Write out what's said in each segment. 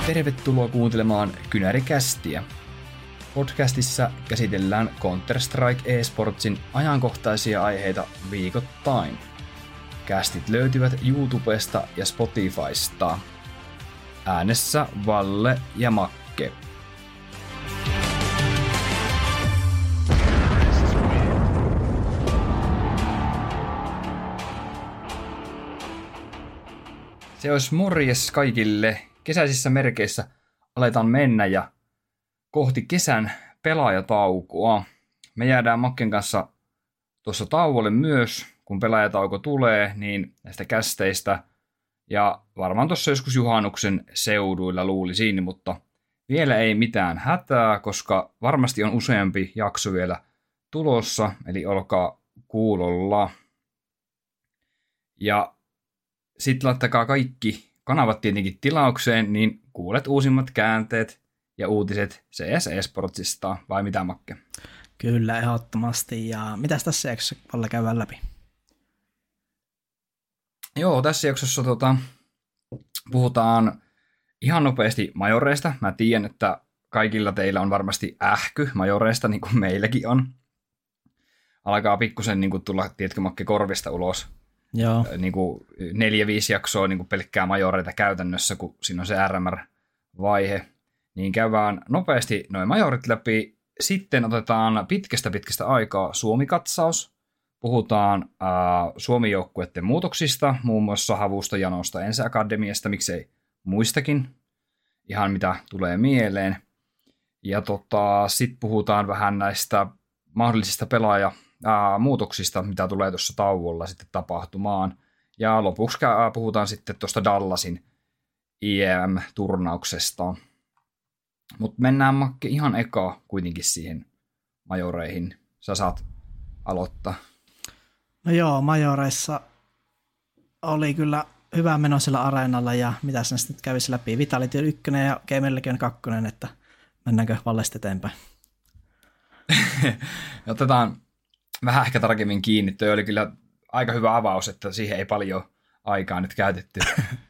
Tervetuloa kuuntelemaan Kynärikästiä. Podcastissa käsitellään Counter-Strike eSportsin ajankohtaisia aiheita viikoittain. Kästit löytyvät YouTubesta ja Spotifysta. Äänessä Valle ja Makke. Se olisi morjes kaikille. Kesäisissä merkeissä aletaan mennä ja kohti kesän pelaajataukoa. Me jäädään Makken kanssa tuossa tauolle myös, kun pelaajatauko tulee, niin näistä kästeistä. Ja varmaan tuossa joskus juhannuksen seuduilla luulisin, mutta vielä ei mitään hätää, koska varmasti on useampi jakso vielä tulossa, eli olkaa kuulolla. Ja sitten laittakaa kaikki kanavat tietenkin tilaukseen, niin kuulet uusimmat käänteet ja uutiset CS eSportsista, vai mitä Makke? Kyllä, ehdottomasti. Ja mitäs tässä jaksossa Valle käydään läpi? Joo, tässä jaksossa puhutaan ihan nopeasti majoreista. Mä tiedän, että kaikilla teillä on varmasti ähky majoreista, niin kuin meilläkin on. Alkaa pikkusen niin kuin tulla, tiedätkö Makke, korvista ulos. Joo. Niin kuin 4-5 jaksoa niin kuin pelkkää majoreita käytännössä, kun siinä on se RMR-vaihe. Niin käydään nopeasti noin majorit läpi. Sitten otetaan pitkästä aikaa Suomi-katsaus. Puhutaan Suomi-joukkueiden muutoksista, muun muassa Havusta, Janosta, Ensi Akademiasta, miksei muistakin. Ihan mitä tulee mieleen. Ja sitten puhutaan vähän näistä mahdollisista muutoksista, mitä tulee tuossa tauolla sitten tapahtumaan. Ja lopuksi puhutaan sitten tuosta Dallasin IEM-turnauksesta. Mutta mennään Makke ihan eka kuitenkin siihen majoreihin. Sä saat aloittaa. No joo, majoreissa oli kyllä hyvä meno sillä areenalla ja mitä se nyt kävisi läpi. Vitality 1 ja Gamerillekin on 2, että mennäänkö Vallesta eteenpäin? Otetaan vähän ehkä tarkemmin kiinni. Tuo oli kyllä aika hyvä avaus, että siihen ei paljon aikaa nyt käytetty.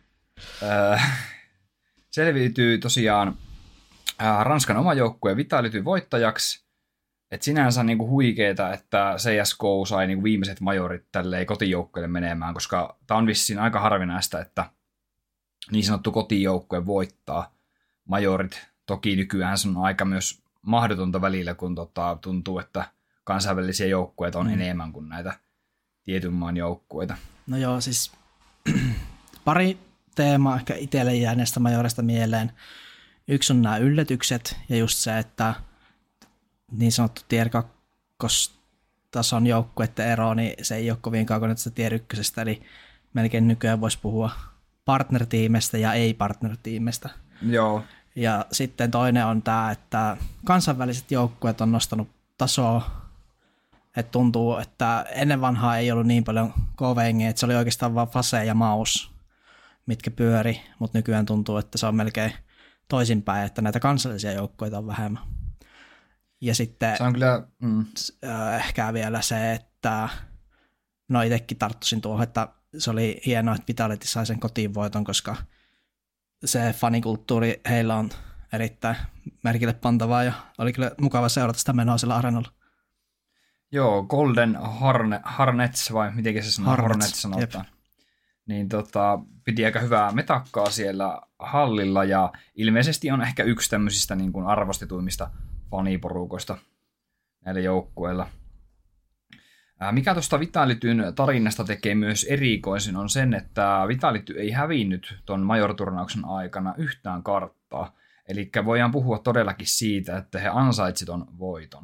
Selviytyy tosiaan Ranskan oma joukkue Vitality voittajaksi. Et sinänsä niinku huikeeta, että CSGO sai niinku viimeiset majorit tälleen kotijoukkueelle menemään, koska tämä on vissiin aika harvinaista, että niin sanottu kotijoukkue voittaa majorit. Toki nykyään se on aika myös mahdotonta välillä, kun tuntuu, että kansainvälisiä joukkueita on enemmän kuin näitä tietyn maan joukkueita. No joo, siis pari teemaa ehkä itselle jääneestä majorista mieleen. Yksi on nämä yllätykset ja just se, että niin sanottu tier 2-tason joukkueiden ero, niin se ei ole kovin kaukana tästä tier 1, eli melkein nykyään voisi puhua partner-tiimestä ja ei-partner-tiimestä. Joo. Ja sitten toinen on tämä, että kansainväliset joukkueet on nostanut tasoa, että tuntuu, että ennen vanhaa ei ollut niin paljon KVNG, että se oli oikeastaan vain Fase ja Maus, mitkä pyöri, mutta nykyään tuntuu, että se on melkein toisinpäin, että näitä kansallisia joukkueita on vähemmän. Ja sitten se on kyllä, ehkä vielä se, että no itsekin tarttuisin tuohon, että se oli hienoa, että Vitality sai sen kotiinvoiton, koska se fanikulttuuri heillä on erittäin merkille pantavaa ja oli kyllä mukava seurata sitä menoa sillä areenalla. Joo, Golden Hornets vai miten se sanoo? Hornets sanotaan. Niin piti aika hyvää metakkaa siellä hallilla ja ilmeisesti on ehkä yksi tämmöisistä niin kuin arvostetuimmista faniporukoista näillä joukkueilla. Mikä tuosta Vitalityn tarinasta tekee myös erikoisen on sen, että Vitality ei hävinnyt ton Major-turnauksen aikana yhtään karttaa. Eli voidaan puhua todellakin siitä, että he ansaitsivat ton voiton.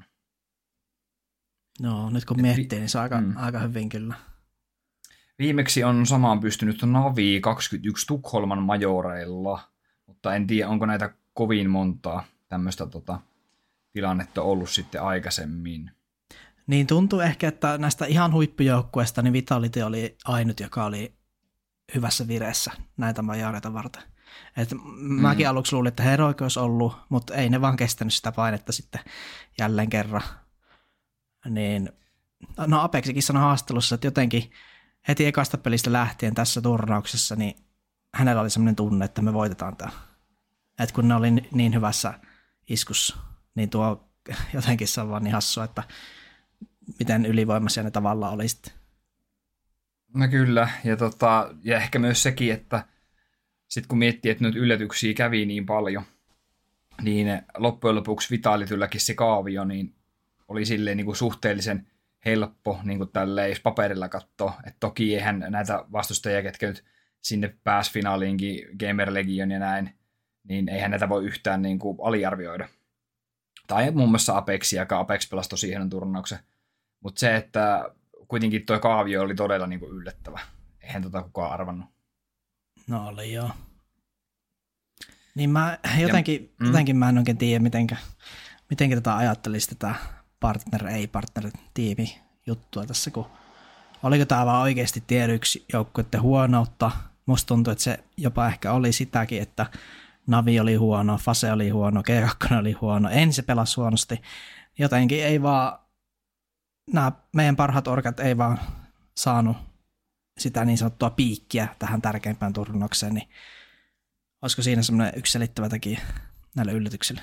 No nyt kun miettii, niin se on aika hyvin kyllä. Viimeksi on samaan pystynyt Navi 21 Tukholman majoreilla, mutta en tiedä, onko näitä kovin montaa tämmöistä tilannetta ollut sitten aikaisemmin. Niin tuntuu ehkä, että näistä ihan huippujoukkueista niin Vitality oli ainut, joka oli hyvässä vireessä näitä majoreita varten. Mäkin aluksi luulin, että Heroic olisi ollut, mutta ei ne vaan kestänyt sitä painetta sitten jälleen kerran. Niin, no Apexikin sanoi haastattelussa, että jotenkin heti ekasta pelistä lähtien tässä turnauksessa, niin hänellä oli sellainen tunne, että me voitetaan tämä. että kun ne oli niin hyvässä iskussa, niin tuo jotenkin se on vaan niin hassua, että miten ylivoimaisia ne tavallaan oli sitten. No kyllä, ja ehkä myös sekin, että sitten kun miettii, että nyt yllätyksiä kävi niin paljon, niin loppujen lopuksi Vitalitylläkin se kaavio niin oli silleen niin kuin suhteellisen helppo, niin kuin tälleen, jos paperilla katsoo. Että toki eihän näitä vastustajia, ketkä nyt sinne pääsi finaaliinkin, Gamer Legion ja näin, niin eihän näitä voi yhtään niin kuin aliarvioida. Tai muun muassa Apexia, joka Apex pelasi tosi hienon turnauksen. Mutta se, että kuitenkin tuo kaavio oli todella niin kuin yllättävä. Eihän kukaan arvannut. No oli joo. Niin mä jotenkin mä en oikein tiedä, mitenkä tätä ajattelisi tätä partner-ei-partner-tiimi juttua tässä, kun oliko tämä vaan oikeasti tier 1 joukkueiden huonoutta. Musta tuntuu, että se jopa ehkä oli sitäkin, että Navi oli huono, Fase oli huono, G2 oli huono, Ense pelasi huonosti. Jotenkin ei vaan, nämä meidän parhaat orkat ei vaan saanut sitä niin sanottua piikkiä tähän tärkeimpään turnaukseen, niin olisiko siinä semmoinen yksi selittävä tekijä näille yllätyksille?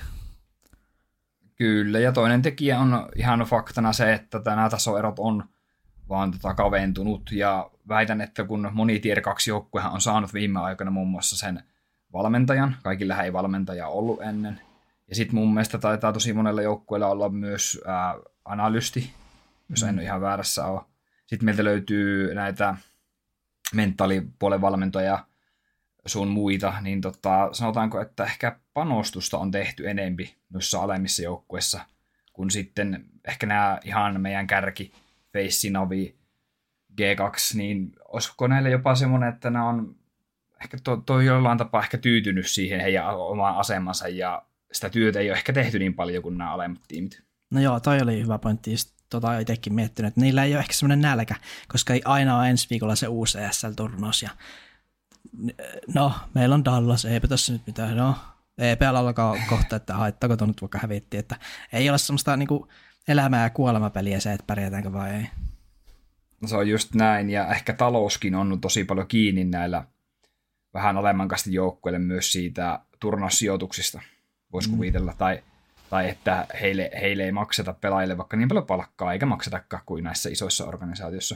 Kyllä, ja toinen tekijä on ihan faktana se, että nämä tasoerot on vaan kaventunut, ja väitän, että kun moni tier 2 joukkuehan on saanut viime aikoina muun muassa sen valmentajan, kaikilla ei valmentaja ollut ennen, ja sitten mun mielestä taitaa tosi monella joukkueella olla myös analysti, jos en ole ihan väärässä ole. Sitten meiltä löytyy näitä mentaalipuolen valmentajia, sun muita, niin sanotaanko, että ehkä panostusta on tehty enempi noissa alemmissa joukkueissa, kun sitten ehkä nämä ihan meidän kärki, Face, Navi, G2, niin olisiko näille jopa semmoinen, että nämä on ehkä toi jollain tapaa ehkä tyytynyt siihen heidän omaan asemansa, ja sitä työtä ei ole ehkä tehty niin paljon kuin nämä alemmat tiimit. No joo, toi oli hyvä pointti, just itsekin miettinyt, että niillä ei ole ehkä semmoinen nälkä, koska ei aina ole ensi viikolla se uusi ESL-turnaus, ja no, meillä on Dallas, eipä tässä nyt mitään, no, EPL alkaa kohta, että haittaako tuon nyt vaikka hävittiin, että ei ole semmoista niinku elämää ja kuolemapeliä se, että pärjätäänkö vai ei. No se on just näin, ja ehkä talouskin on tosi paljon kiinni näillä vähän alemman kastin joukkueille myös siitä turnaussijoituksista, voisi kuvitella, tai että heille ei makseta pelaajille vaikka niin paljon palkkaa, eikä maksetakaan kuin näissä isoissa organisaatioissa.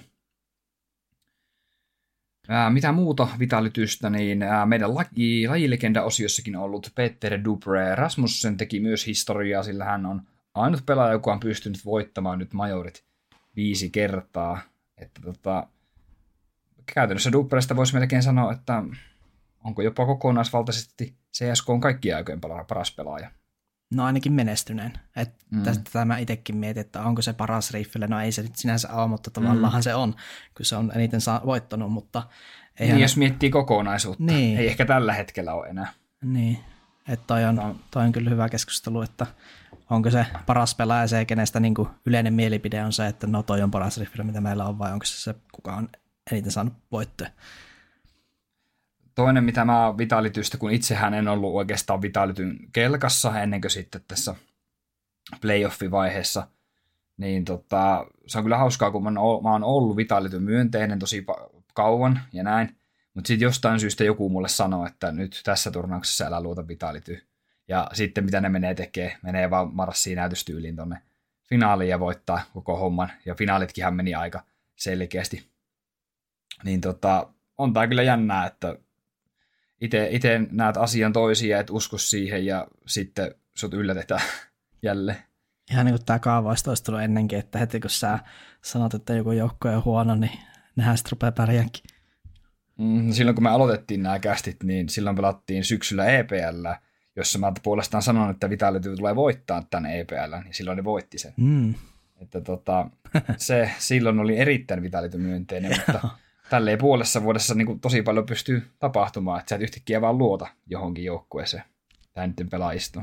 Mitä muuta Vitalitystä, niin meidän lajilegenda-osiossakin ollut Peter Dupré Rasmussen teki myös historiaa, sillä hän on ainut pelaaja, joka on pystynyt voittamaan nyt majorit 5 kertaa. Että käytännössä Duprésta voisi melkein sanoa, että onko jopa kokonaisvaltaisesti CSK on kaikkien aikojen paras pelaaja. No ainakin menestyneen. Tästä mä itsekin mietin, että onko se paras riffille. No ei se nyt sinänsä ole, mutta tavallaan se on, kun se on eniten voittanut. Mutta niin, jos miettii kokonaisuutta. Niin. Ei ehkä tällä hetkellä ole enää. Niin, että toi on kyllä hyvä keskustelu, että onko se paras pelaaja se, kenestä niin kuin yleinen mielipide on se, että no toi on paras riffille, mitä meillä on, vai onko se kuka on eniten saanut voittoja. Toinen, mitä mä Vitalitystä, kun itsehän en ollut oikeastaan Vitalityn kelkassa ennen kuin sitten tässä playoff-vaiheessa, niin se on kyllä hauskaa, kun mä oon ollut Vitalityn myönteinen tosi kauan ja näin, mutta sitten jostain syystä joku mulle sanoo, että nyt tässä turnauksessa älä luota Vitalityyn. Ja sitten mitä ne menee vaan marssiin näytöstyyliin tonne finaaliin ja voittaa koko homman, ja finaalitkinhan meni aika selkeästi. Niin on tää kyllä jännää, että itse näet asian toisia, et usko siihen, ja sitten sut yllätetään jälleen. Ihan niin kuin tämä kaavaista olisi tullut ennenkin, että heti kun sä sanot, että joku joukko on huono, niin nehän sitten rupeaa pärjäänkin. Silloin kun me aloitettiin nämä kästit, niin silloin pelattiin syksyllä EPL, jossa mä puolestaan sanon, että Vitality tulee voittaa tämän EPL, niin silloin ne voitti sen. Että se silloin oli erittäin Vitality myönteinen, mutta tälleen puolessa vuodessa niin kuin tosi paljon pystyy tapahtumaan, että sä et yhtäkkiä vaan luota johonkin joukkueeseen tai niiden pelaajistoon.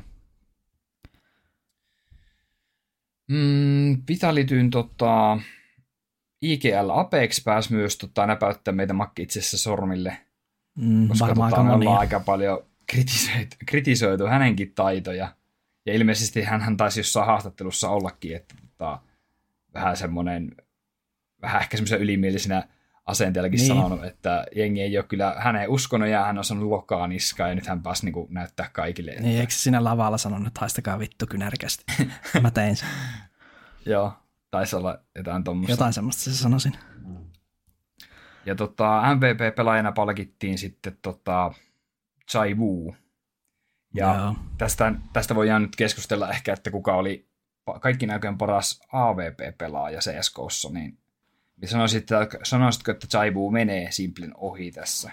Vitalityn IGL Apex pääsi myös näpäyttää meitä makki itse asiassa sormille, koska me ollaan aika paljon kritisoitu hänenkin taitoja. Ja ilmeisesti hän taisi jossain haastattelussa ollakin, että vähän semmoinen, vähän ehkä semmoisen ylimielisenä asenteellakin Niin. sanonut, että jengi ei ole kyllä häneen uskonut ja hän on sanonut lokaa niskaa ja nyt hän pääsi niin näyttää kaikille. Että... Niin, eikö se siinä lavalla sanonut, että haistakaa vittu kynärkästi? Mä tein sen. Joo, taisi olla jotain tuommoista. Jotain semmoista se sanoisin. Ja MVP-pelaajana palkittiin sitten Chai Wu. Ja tästä voidaan nyt keskustella ehkä, että kuka oli kaikki näköjen paras AVP-pelaaja CSGOssa, niin sanoisitko, että Chai Wu menee Simplen ohi tässä?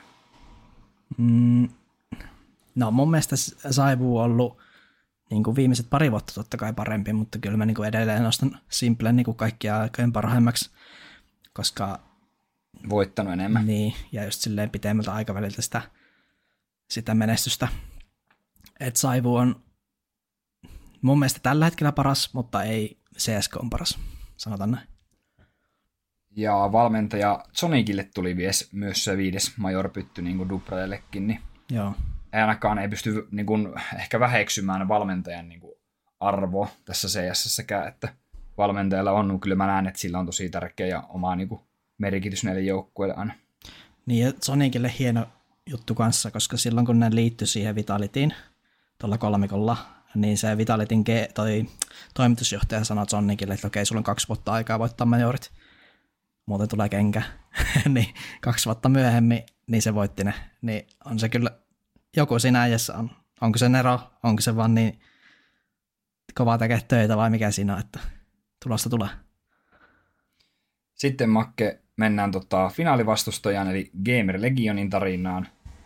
No mun mielestä Chai Wu on ollut niin kuin viimeiset pari vuotta totta kai parempi, mutta kyllä mä niin kuin edelleen nostan Simplen niin kuin kaikkia aikojen parhaimmaksi, koska voittanut enemmän. Niin, ja just silleen pitemmältä aikaväliltä sitä menestystä. Et Chai Wu on mun mielestä tällä hetkellä paras, mutta ei CSGO on paras, sanotaan näin. Ja valmentaja Sonicille tuli myös se 5. major-pytty niin kuin Dubrellekin, niin Joo. ainakaan ei pysty niin kuin, ehkä väheksymään valmentajan niin kuin, arvo tässä CS:ssäkään, että valmentajalla on, kyllä mä näen, että sillä on tosi tärkeä ja oma niin kuin, merkitys näille joukkueille aina. Niin ja Sonicille hieno juttu kanssa, koska silloin kun ne liittyi siihen Vitalityin tuolla kolmikolla, niin se Vitalityn toimitusjohtaja sanoi Sonicille, että okei, sulla on 2 vuotta aikaa voittaa majorit, muuten tulee kenkä. Niin 2 vuotta myöhemmin, niin se voitti ne. Niin on se kyllä, joku siinä äijässä on. Onko se Nero, onko se vaan niin kovaa tekee töitä vai mikä siinä on, että tulosta tulee. Sitten Makke mennään finaalivastustajan eli Gamer Legionin tarinaan.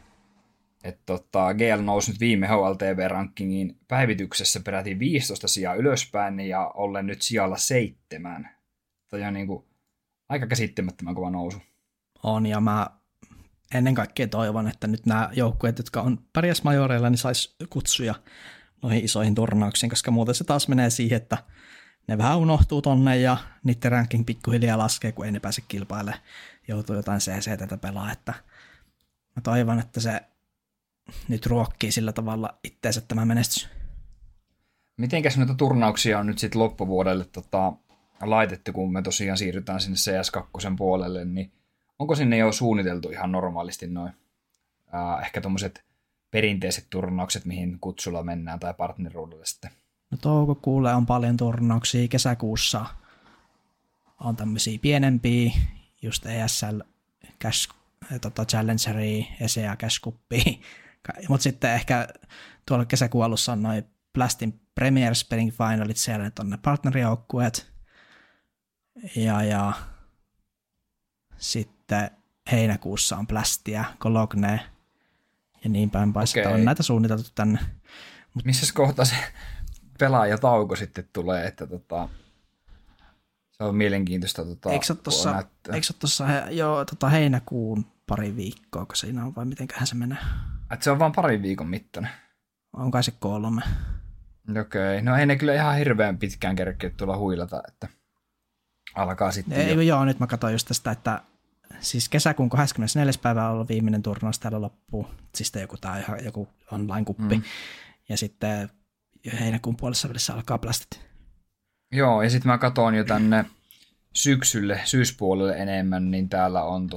GL nousi nyt viime HLTV-rankingiin päivityksessä peräti 15 sijaa ylöspäin ja ollen nyt sijalla 7. Toi on niin kuin aika käsittämättömän kova nousu. On, ja mä ennen kaikkea toivon, että nyt nämä joukkueet, jotka on pärjäs majoreilla, niin sais kutsuja noihin isoihin turnauksiin, koska muuten se taas menee siihen, että ne vähän unohtuu tonne ja niiden ranking pikkuhiljaa laskee, kun ei ne pääse kilpailemaan, joutuu jotain CC:tä pelaa, että mä toivon, että se nyt ruokkii sillä tavalla itteensä tämä menestys. Mitenkäs noita turnauksia on nyt sitten loppuvuodelle laitettu, kun me tosiaan siirrytään sinne CS2 puolelle, niin onko sinne jo suunniteltu ihan normaalisti noin ehkä tommoset perinteiset turnaukset, mihin kutsulla mennään tai partneruudelle sitten? No toukokuulle on paljon turnauksia, kesäkuussa on tämmöisiä pienempiä, just ESL, Challengeria, ESEA, Cash Cupia, mutta sitten ehkä tuolla kesäkuun alussa on noin Blastin Premier Spelling Finalit, siellä on ne partnerijoukkueet, ja sitten heinäkuussa on Blastia, Cologne ja niin päin pois, että on näitä suunniteltu tänne. Missäs kohta se pelaajatauko sitten tulee, että se on mielenkiintoista. Eikö se ole tuossa heinäkuun pari viikkoa, kun siinä on, vai mitenköhän se menee? Että se on vaan parin viikon mittainen? On kai se 3. Okei, no ei ne kyllä ihan hirveän pitkään kerkeä tulla huilata, että alkaa sitten Joo, nyt mä katsoin just tästä, että siis kesäkuun 24. päivä on ollut viimeinen turnaus täällä loppuun, siis joku online-kuppi, ja sitten heinäkuun puolessa välissä alkaa Blastit. Joo, ja sitten mä katson jo tänne syyspuolelle enemmän, niin täällä on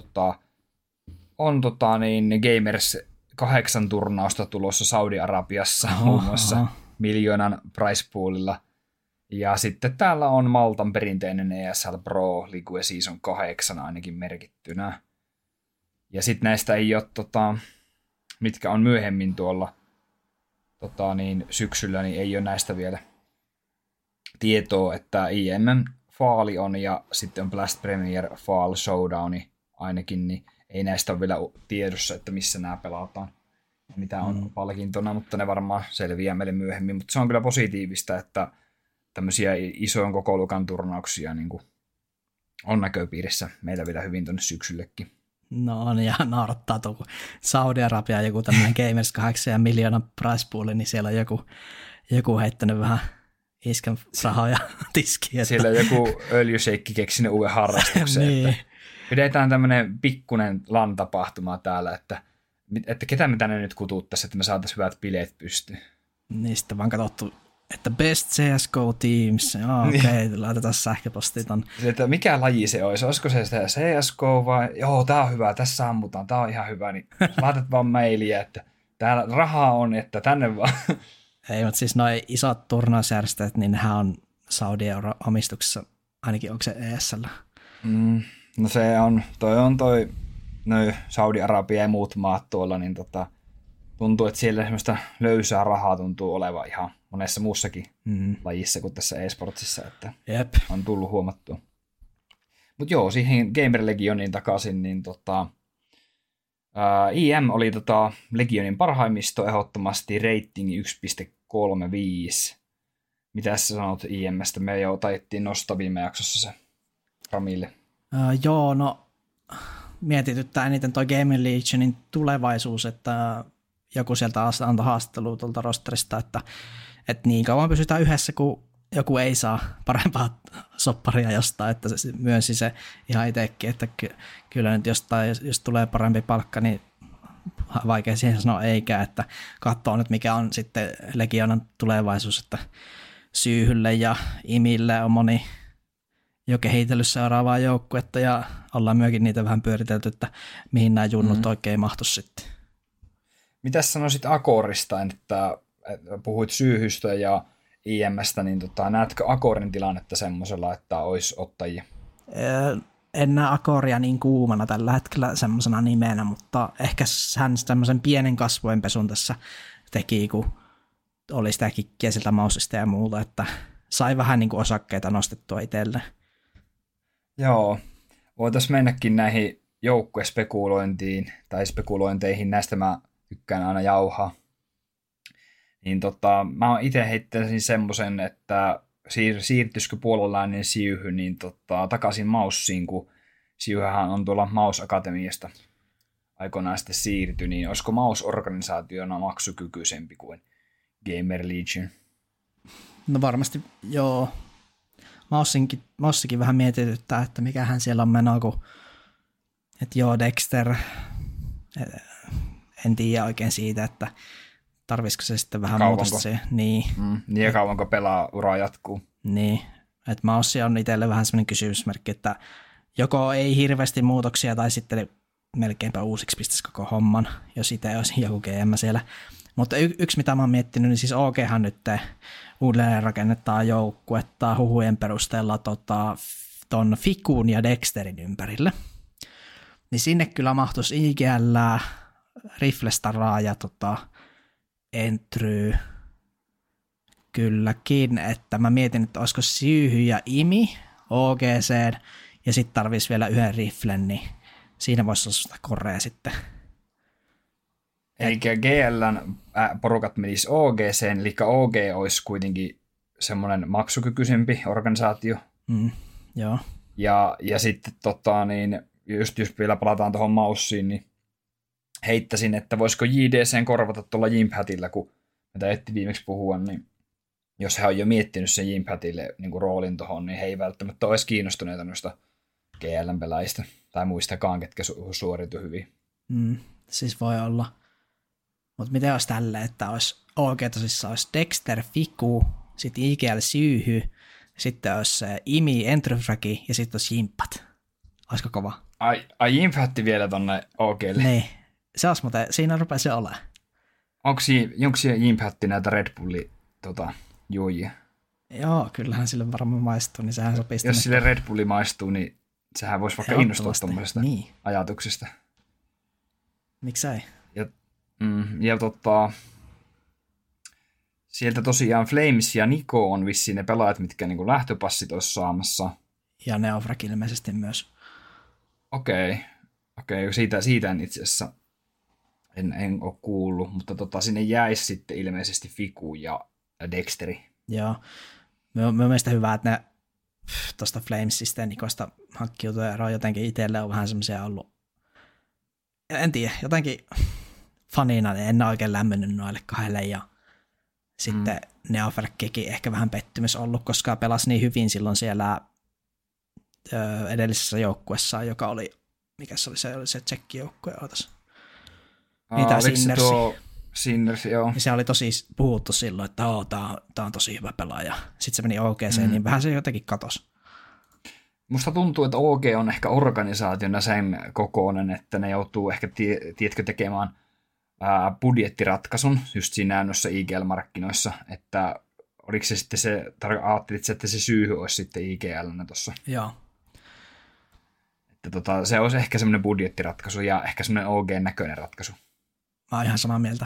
Gamers 8 turnausta tulossa Saudi-Arabiassa muun muassa miljoonan price poolilla. Ja sitten täällä on Maltan perinteinen ESL Pro League Season 8 ainakin merkittynä. Ja sitten näistä ei ole, mitkä on myöhemmin tuolla syksyllä, niin ei ole näistä vielä tietoa, että IMM Faali on ja sitten on Blast Premier Fall Showdowni ainakin, niin ei näistä ole vielä tiedossa, että missä nämä pelataan ja mitä on palkintona, mutta ne varmaan selviää meille myöhemmin. Mutta se on kyllä positiivista, että tämmöisiä isojen kokoluokan turnauksia niin kuin on näköpiirissä meillä vielä hyvin tuonne syksyllekin. No on, ja naurattaa tuo, kun Saudi-Arabia joku tämmöinen Gamers 8 miljoonan price pool, niin siellä on joku heittänyt vähän iskän rahoja tiskiin. Siellä on joku öljyseikki keksinyt uuden harrastuksen. Niin. Että pidetään tämmöinen pikkunen LAN-tapahtuma täällä, että ketä me tänne nyt kututtaisiin, että me saataisiin hyvät bileet pystyyn. Niin sitten vaan katsottu että best CSGO teams, okei, laitetaan sähköpostiin ton. Että mikä laji se olisi? Olisiko se sitä CSGO vai? Joo, tää on hyvä, tässä ammutaan, tää on ihan hyvä. Niin laitat vaan mailia, että täällä rahaa on, että tänne vaan. Ei, mutta siis noi isot turnausjärjestöt, niin nehän on Saudi-omistuksessa, ainakin onko se ESL? No se on noi Saudi-Arabia ja muut maat tuolla, niin tuntuu, että siellä semmoista löysää rahaa tuntuu olevan ihan monessa muussakin lajissa kuin tässä e-sportsissa, että Jep. on tullut huomattua. Mutta joo, siihen Gamer Legionin takaisin, niin IM oli Legionin parhaimmisto ehdottomasti rating 1.35. Mitä sä sanot IM:stä? Me jo taittiin nostaa viime jaksossa se Ramille. Joo, no mietityttää eniten toi Gamer Legionin tulevaisuus, että joku sieltä antoi haastattelua tuolta rosterista, että niin kauan pysytään yhdessä, kun joku ei saa parempaa sopparia jostain, että se myönsi se ihan itsekin, että kyllä nyt jos tulee parempi palkka, niin vaikea siihen sanoa eikä, että katsoo nyt mikä on sitten Legionan tulevaisuus, että Syyhylle ja Imille on moni jo kehitellyt seuraavaa joukkuetta ja ollaan myöskin niitä vähän pyöritelty, että mihin nämä junnut oikein mahtuisi sitten. Mitäs sanoisit Akorista, että puhuit Syyhystä ja IM:stä, niin näetkö Akorin tilannetta semmoisella, että olisi ottajia? En näe Akoria niin kuumana tällä hetkellä semmoisena nimenä, mutta ehkä hän tämmöisen pienen kasvojenpesun tässä teki, kun oli sitä kikkiä siltä mausista ja muuta, että sai vähän niin kuin osakkeita nostettua itselleen. Joo, voitaisiin mennäkin näihin joukkuespekulointiin tai spekulointeihin, näistä mä tykkään aina jauhaa. Niin mä itse heittäisin semmoisen, että siirtyisikö puolalainen Siyhy niin takaisin Maussiin, kun Siyhyhän on tuolla Maus-akatemiasta aikoinaan sitten siirtyi, niin olisiko Maus-organisaationa maksukykyisempi kuin Gamer Legion? No varmasti joo. Maussikin vähän mietityttää, että mikähän siellä on menoa, kun että joo, Dexter, en tiedä oikein siitä, että tarvisiko se sitten vähän muutosta siihen. Niin. Niin ja kauanko pelaa ura jatkuu. Niin, että Maussi on itselle vähän semmoinen kysymysmerkki, että joko ei hirveästi muutoksia tai sitten melkeinpä uusiksi pistäisi koko homman, jos itse olisi joku GM siellä. Mutta yksi mitä mä oon miettinyt, niin siis OGhan nyt uudelleen rakennetaan joukkuetta huhujen perusteella ton Fikun ja Dexterin ympärille. Niin sinne kyllä mahtuisi IGL, Riflestaraa ja Entry kylläkin, että mä mietin, että olisiko Syyhy ja Imi OGC ja sitten tarvitsisi vielä yhden riflen, niin siinä voisi olla sitä korea sitten. Eli GL:n porukat menis OGC:n, eli OG olisi kuitenkin semmoinen maksukykyisempi organisaatio. Joo. Ja sitten niin just jos vielä palataan tuohon Maussiin, niin heittäisin, että voisiko JDCn korvata tuolla Jimphatilla, kun mitä etti viimeksi puhua, niin jos he on jo miettinyt sen Jimphatille niin roolin tuohon, niin he ei välttämättä olisi kiinnostuneita noista GLn-pelaajista tai muistakaan, ketkä suoritu hyvin. Siis voi olla. Mutta miten olisi tälleen, että olisi oikein tosissaan olisi Dexter, Fiku, sitten IGL Syyhy, sitten olisi Imi, Entryfragi ja sitten olisi Jimpat. Olisiko kova? Ai Jimpatti vielä tonne OGlle? Niin. Se olisi muuten, siinä rupesi olemaan. Onko Jimpatti näitä Red Bulli juojia? Joo, kyllähän sille varmaan maistuu, niin sehän sopii. Jos sille Red Bulli maistuu, niin sehän voisi vaikka innostua tuommoisesta ajatuksesta. Miksei? Ja sieltä tosiaan Flames ja Niko on vissiin ne pelaajat, mitkä niin kuin lähtöpassit olisi saamassa. Ja Neofrag ilmeisesti myös. Okei. Siitä en itse asiassa en ole kuullut, mutta sinne jäisi sitten ilmeisesti Fiku ja Dexteri. Joo. Minun mielestä hyvä, että ne tuosta Flamesista ja Nikosta hankkiutui eroon. Jotenkin itselle on vähän semmoisia ollut, en tiedä, jotenkin fanina en ole oikein lämmennyt noille kahdelle ja sitten Neofragkikin ehkä vähän pettymys ollut, koska pelasi niin hyvin silloin siellä edellisessä joukkuessa, joka oli, mikä se oli se tsekkijoukkue, ootas. Oliko se tuo Sinners, joo. Ja se oli tosi puhuttu silloin, että tää on tosi hyvä pelaaja. Sitten se meni OGC, niin vähän se jotenkin katosi. Musta tuntuu, että OG on ehkä organisaationa sen kokoinen, että ne joutuu ehkä, tiedätkö, tekemään budjettiratkaisun just siinä noissa IGL-markkinoissa, että oliko se sitten se, ajattelit, että se syy olisi sitten IGL tuossa. Joo. Että se olisi ehkä semmoinen budjettiratkaisu ja ehkä semmoinen OG-näköinen ratkaisu. Mä oon ihan samaa mieltä.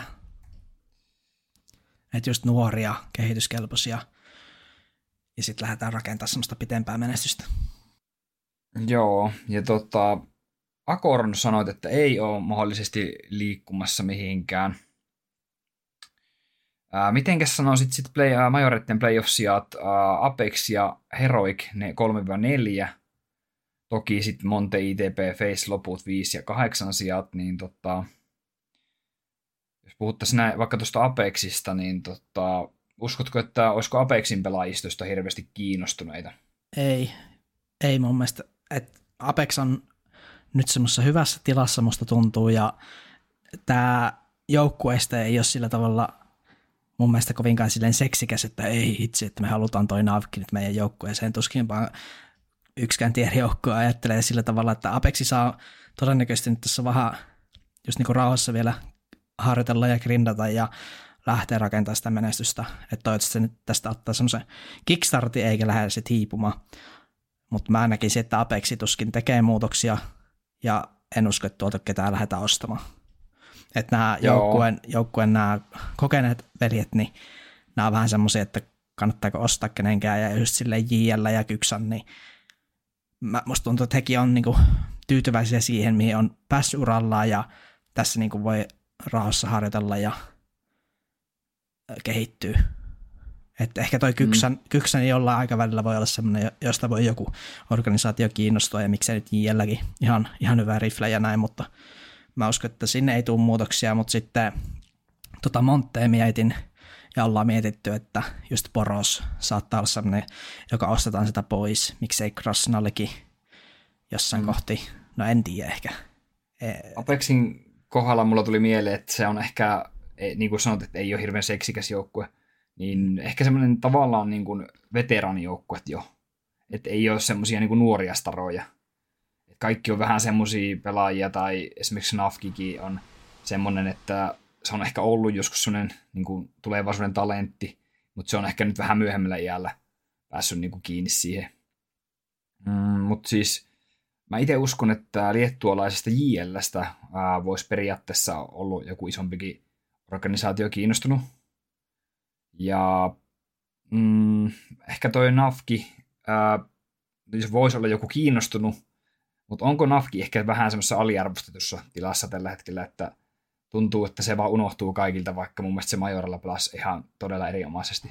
Että just nuoria, kehityskelpoisia ja sitten lähdetään rakentamaan semmoista pitempää menestystä. Joo, ja Akorn sanoit, että ei ole mahdollisesti liikkumassa mihinkään. Mitenkäs sanoisit sitten majoreiden playoff-sijat Apex ja Heroic, ne 3-4, toki sitten Monte, ITP, Face loput 5 ja 8 sijat, niin jos puhuttaisiin näin, vaikka tuosta Apexista, niin uskotko, että olisiko Apexin pelaajistosta hirveästi kiinnostuneita? Ei mun mielestä. Että Apex on nyt semmoisessa hyvässä tilassa, musta tuntuu, ja tämä joukkueesta ei ole sillä tavalla mun mielestä kovinkaan silleen seksikäs, että ei hitsi, että me halutaan toi Navki nyt meidän joukkueeseen. Tuskin vaan yksikään tiedejoukkue ajattelee sillä tavalla, että Apexi saa todennäköisesti nyt tässä vähän just niin kuin rauhassa vielä harjoitella ja grindata ja lähteä rakentamaan sitä menestystä. Että toivottavasti se nyt tästä ottaa semmoisen kickstartin eikä lähde sitten hiipumaan. Mutta mä näkisin, että Apexi tuskin tekee muutoksia ja en usko, että tuolta ketään lähdetään ostamaan. Että nämä joukkueen nämä kokeneet veljet, niin nämä on vähän semmoisia, että kannattaako ostaa kenenkään ja just silleen JL ja Kyksan, niin musta tuntuu, että hekin on niinku tyytyväisiä siihen, mihin on päässyt urallaan ja tässä niinku voi rauhassa harjoitella ja kehittyy. Että ehkä toi Kyksäni jollain aikavälillä voi olla semmoinen, josta voi joku organisaatio kiinnostua ja miksei nyt JL:kin ihan hyvä rifle ja näin, mutta mä uskon, että sinne ei tule muutoksia, mutta sitten Monttea mietin ja ollaan mietitty, että just Poros saattaa olla semmoinen, joka ostetaan sitä pois, miksei Krasnallekin jossain kohti, no en tiedä ehkä. Apexin kohdalla mulla tuli mieleen, että se on ehkä, niin kuin sanot, että ei ole hirveän seksikäs joukkue, niin ehkä semmoinen tavallaan niin kuin veteraanijoukkue jo, että ei ole semmoisia niin kuin nuoria staroja. Et kaikki on vähän semmoisia pelaajia, tai esimerkiksi Nafkikin on semmoinen, että se on ehkä ollut joskus semmoinen niin kuin tulevaisuuden talentti, mutta se on ehkä nyt vähän myöhemmällä iällä päässyt niin kuin kiinni siihen. Mutta siis mä itse uskon, että liettualaisesta JL:stä voisi periaatteessa ollut joku isompikin organisaatio kiinnostunut. Ja ehkä toi Nafki voisi olla joku kiinnostunut, mutta onko Nafki ehkä vähän semmoisessa aliarvostetussa tilassa tällä hetkellä, että tuntuu, että se vaan unohtuu kaikilta, vaikka mun mielestä se Majorella pelasi ihan todella erinomaisesti.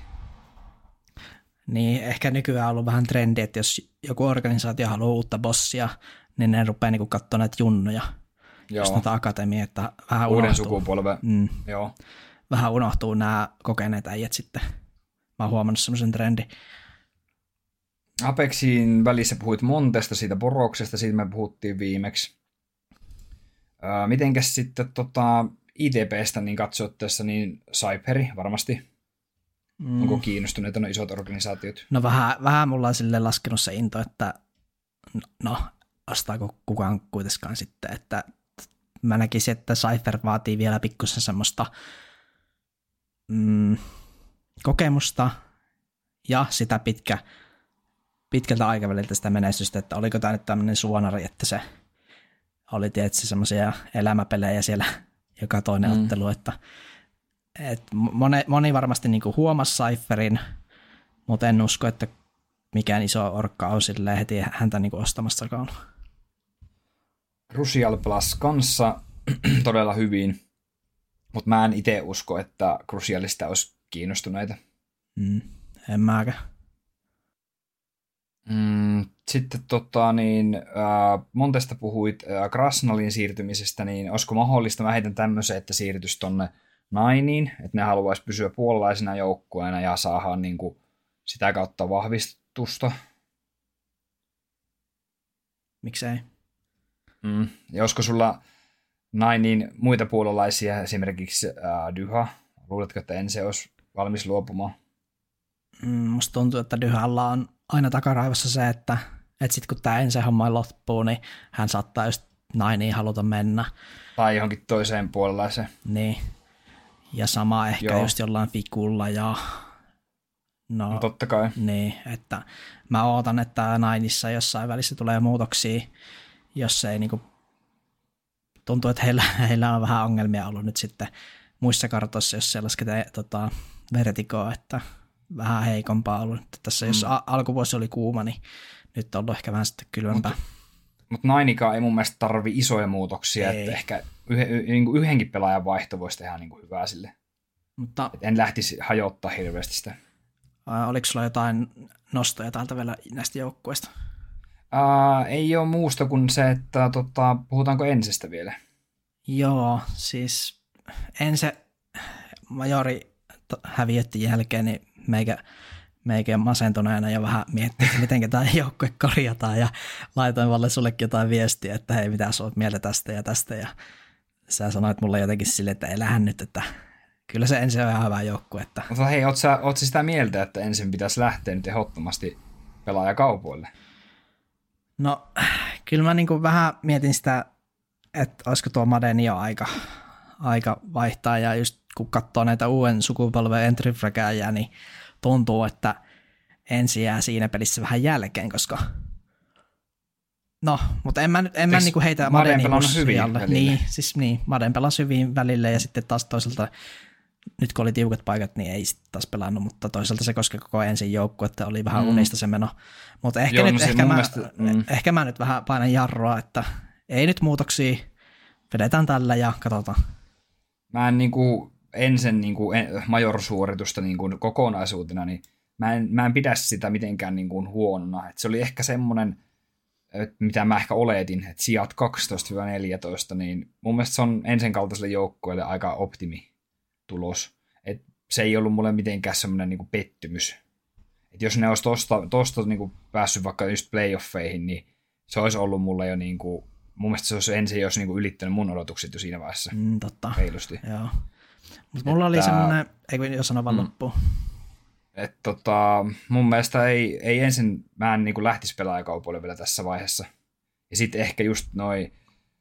Niin, ehkä nykyään on ollut vähän trendi, että jos joku organisaatio haluaa uutta bossia, niin ne rupeaa niinku katsoa näitä junnuja, just näitä akatemiaa, että vähän uuden unohtuu. sukupolven, joo. Vähän unohtuu nämä kokeneet äijät sitten. Mä oon huomannut semmoisen trendin. Apexin välissä puhuit Montesta, siitä Boroksesta, siitä me puhuttiin viimeksi. Mitenkäs sitten ITPstä niin katsottaessa, niin Cyperi varmasti. Onko kiinnostuneita nuo isot organisaatiot? No vähän mulla on silleen laskenut se into, että no ostaako kukaan kuitenkaan sitten, että mä näkisin, että Cypher vaatii vielä pikkusen semmoista kokemusta ja sitä pitkältä aikaväliltä sitä menestystä, että oliko tämä nyt tämmöinen suonari, että se oli tietysti semmoisia elämäpelejä siellä joka toinen ottelu, että moni varmasti niinku huomasi Cypherin, mutta en usko, että mikään iso orkka on silleen heti häntä niinku ostamassakaan. Crucial Plus kanssa todella hyvin, mutta mä en itse usko, että Crucialista olisi kiinnostuneita. En mäkään. Sitten Montesta puhuit Krasnalin siirtymisestä, niin olisiko mahdollista, mä heitän tämmöisen, että siirtyisi tonne Nineen, että ne haluaisi pysyä puolalaisena joukkueena ja saadaan niin kuin sitä kautta vahvistusta. Miksei? Ja olisiko sulla Nainin muita puolalaisia, esimerkiksi Dyha. Luuletko, että Ense olisi valmis luopumaan? Musta tuntuu, että Dyhalla on aina takaraivossa se, että sit kun tämä Ense-homma loppuu, niin hän saattaa just Nainiin haluta mennä. Tai johonkin toiseen puolalaiseen. Niin. Ja sama ehkä just jollain Fikulla ja... No totta kai. Niin, että mä ootan, että Nainissa jossain välissä tulee muutoksia, jos ei niinku... Tuntuu, että heillä on vähän ongelmia ollut nyt sitten muissa kartoissa, jos se laskee vertikoa, että vähän heikompaa ollut. Tässä jos alkuvuosi oli kuuma, niin nyt on ollut ehkä vähän sitten kylmempää. Mutta Nainikaan ei mun mielestä tarvi isoja muutoksia, että ehkä yhdenkin pelaajan vaihto voisi tehdä niinku hyvää sille. Mutta en lähtisi hajottaa hirveästi sitä. Oliko sulla jotain nostoja täältä vielä näistä joukkueista? Ei ole muusta kuin se, että puhutaanko Ensestä vielä? Joo, siis Ense Majori häviötti jälkeen, niin meikä masentuneena ja vähän miettii, että miten tämä joukkue korjataan ja laitoin Valle sullekin jotain viestiä, että hei, mitä sä oot mieltä tästä ja tästä ja sä sanoit mulle jotenkin silleen, että elähän nyt, että kyllä se Ense on ihan hyvä joukkue. Että... Mutta hei, oot sä sitä mieltä, että ensin pitäisi lähteä nyt ehdottomasti pelaajakaupoille? No, kyllä mä niinku vähän mietin sitä, että olisiko tuo Madeni jo aika vaihtaa ja just kun katsoo näitä uuden sukupolven entry-fräkääjää, niin tuntuu, että Ensi jää siinä pelissä vähän jälkeen, koska no, mutta en mä niinku heitä Madeni bussialle. Niin, Maden pelasi hyvin välille ja sitten taas toisaalta, nyt kun oli tiukat paikat, niin ei sitten taas pelannut, mutta toisaalta se koski koko Ensin joukku, että oli vähän unista se meno. Mutta ehkä mä nyt vähän painan jarrua, että ei nyt muutoksia, vedetään tällä ja katsotaan. Mä en niinku Ensen niinku major-suoritusta niinku kokonaisuutena, niin mä en pidä sitä mitenkään niinku huonona. Et se oli ehkä semmoinen, mitä mä ehkä oletin, että sijat 12-14, niin mun mielestä se on Ensen kaltaiselle joukkueelle aika optimitulos. Et se ei ollut mulle mitenkään semmoinen niinku pettymys. Et jos ne olisi tosta niinku päässyt vaikka just playoffeihin, niin se olisi ollut mulle jo niinku, mun mielestä se olisi ensin jos niinku ylittänyt mun odotukset jo siinä vaiheessa. Totta. Reilusti. Joo. Mutta mulla oli semmoinen, jos sanon vaan loppuun. Että mun mielestä ei ensin, mä en niinku lähtisi pelaajakaupoille vielä tässä vaiheessa. Ja sitten ehkä just noi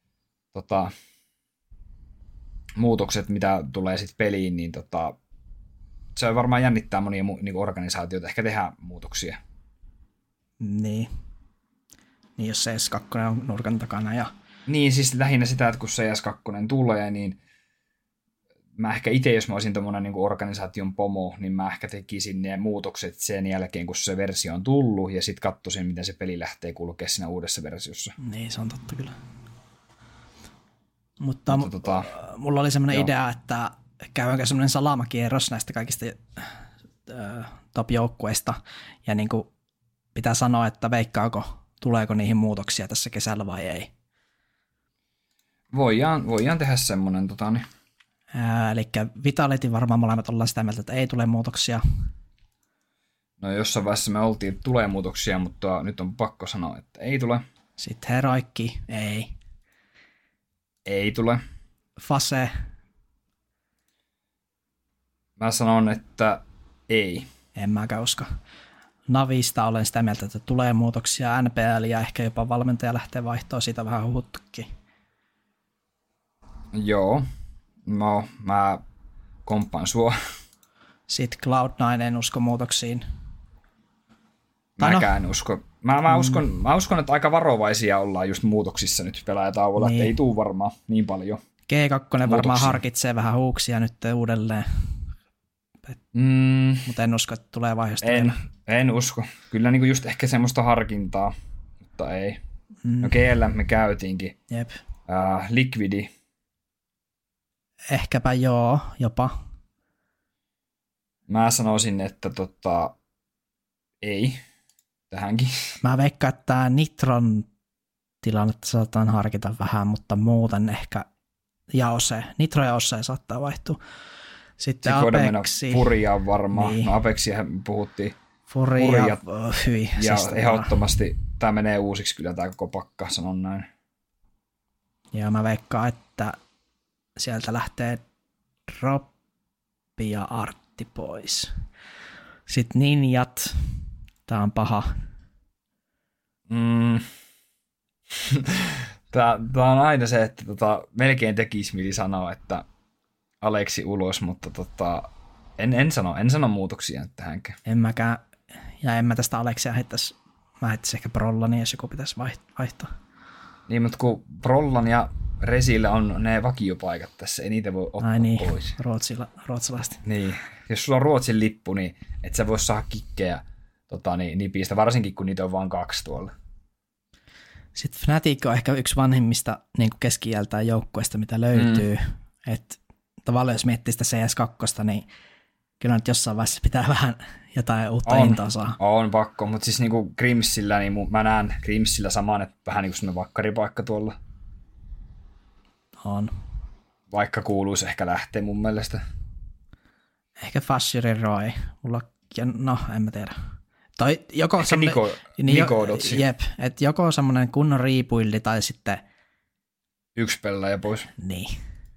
muutokset, mitä tulee sitten peliin, niin se varmaan jännittää monia niinku organisaatioita, ehkä tehdään muutoksia. Niin, jos CS2 on nurkan takana. Ja... Niin, siis lähinnä sitä, että kun CS2 tulee, niin mä ehkä itse, jos mä olisin tommonen niin kuin organisaation pomo, niin mä ehkä tekisin ne muutokset sen jälkeen, kun se versio on tullut, ja sitten katsoisin, miten se peli lähtee kulkea siinä uudessa versiossa. Niin, se on totta kyllä. Mutta mulla oli semmoinen idea, että käydäänkö semmoinen salamakierros näistä kaikista top-joukkueista, ja niin kuin pitää sanoa, että tuleeko niihin muutoksia tässä kesällä vai ei. Voidaan tehdä semmoinen eli Vitality varmaan molemmat ollaan sitä mieltä, että ei tule muutoksia. No jossain vaiheessa me oltiin, että tulee muutoksia, mutta nyt on pakko sanoa, että ei tule. Sitten Heroikki, ei. Ei tule. Fase. Mä sanon, että ei. En mäkään usko. Navista olen sitä mieltä, että tulee muutoksia. NPL ja ehkä jopa valmentaja lähtee vaihtoon, siitä vähän huhuttukin. Joo. No, mä komppaan sua. Sitten Cloud9 en usko muutoksiin. Mäkään usko. Mä uskon, että aika varovaisia ollaan just muutoksissa nyt pelaajatauolla, niin. Että ei tule varmaan niin paljon G2 muutoksia. Varmaan harkitsee vähän huuksia nyt uudelleen. Mutta en usko, että tulee vaiheesta vielä. En usko. Kyllä niin just ehkä semmoista harkintaa, mutta ei. No GL me käytiinkin. Jep. Liquidi. Ehkäpä joo, jopa. Mä sanoisin, että ei tähänkin. Mä veikkaan, että tämä Nitron tilannetta saataan harkita vähän, mutta muuten ehkä Nitro ja Ose saattaa vaihtua. Sitten Apexi. Furiaan varmaan. Niin. No Apexia puhuttiin. Furia. Ja siis ehdottomasti tämä menee uusiksi kyllä tämä koko pakka, sanon näin. Ja mä veikkaan, että sieltä lähtee Droppi ja Artti pois. Sitten Ninjat. Tää on paha. Tää on aina se, että melkein tekisi mieli sanoa, että Aleksi ulos, mutta en sano muutoksia tähänkään. En mäkään. Ja en mä tästä Aleksia heittäisi. Mä heittäisin ehkä Brollani, jos joku pitäisi vaihtaa. Niin, mutta kun Brollan ja Resillä on ne vakiopaikat tässä, ei niitä voi ottaa pois. Ruotsalaiset. Niin, jos sulla on Ruotsin lippu, niin et sä voi saada kikkejä nipistä, varsinkin kun niitä on vain 2 tuolla. Sitten Fnatic on ehkä yksi vanhimmista niin keski-iältään joukkueista, mitä löytyy. Että tavallaan jos miettii sitä CS2, niin kyllä nyt jossain vaiheessa pitää vähän jotain uutta intoa saa. On pakko, mutta siis niinku Grimsillä, niin mä näen Grimsillä saman, että vähän niin kuin semmoinen vakkaripaikka tuolla. On. Vaikka kuuluisi ehkä lähteä mun mielestä. Ehkä Fashirin Roy. No, en mä tiedä. Tai joko ehkä Niko Dotsi. Jep, että joko semmoinen kunnon riipuilli tai sitten... Yksi pelaaja pois. Niin.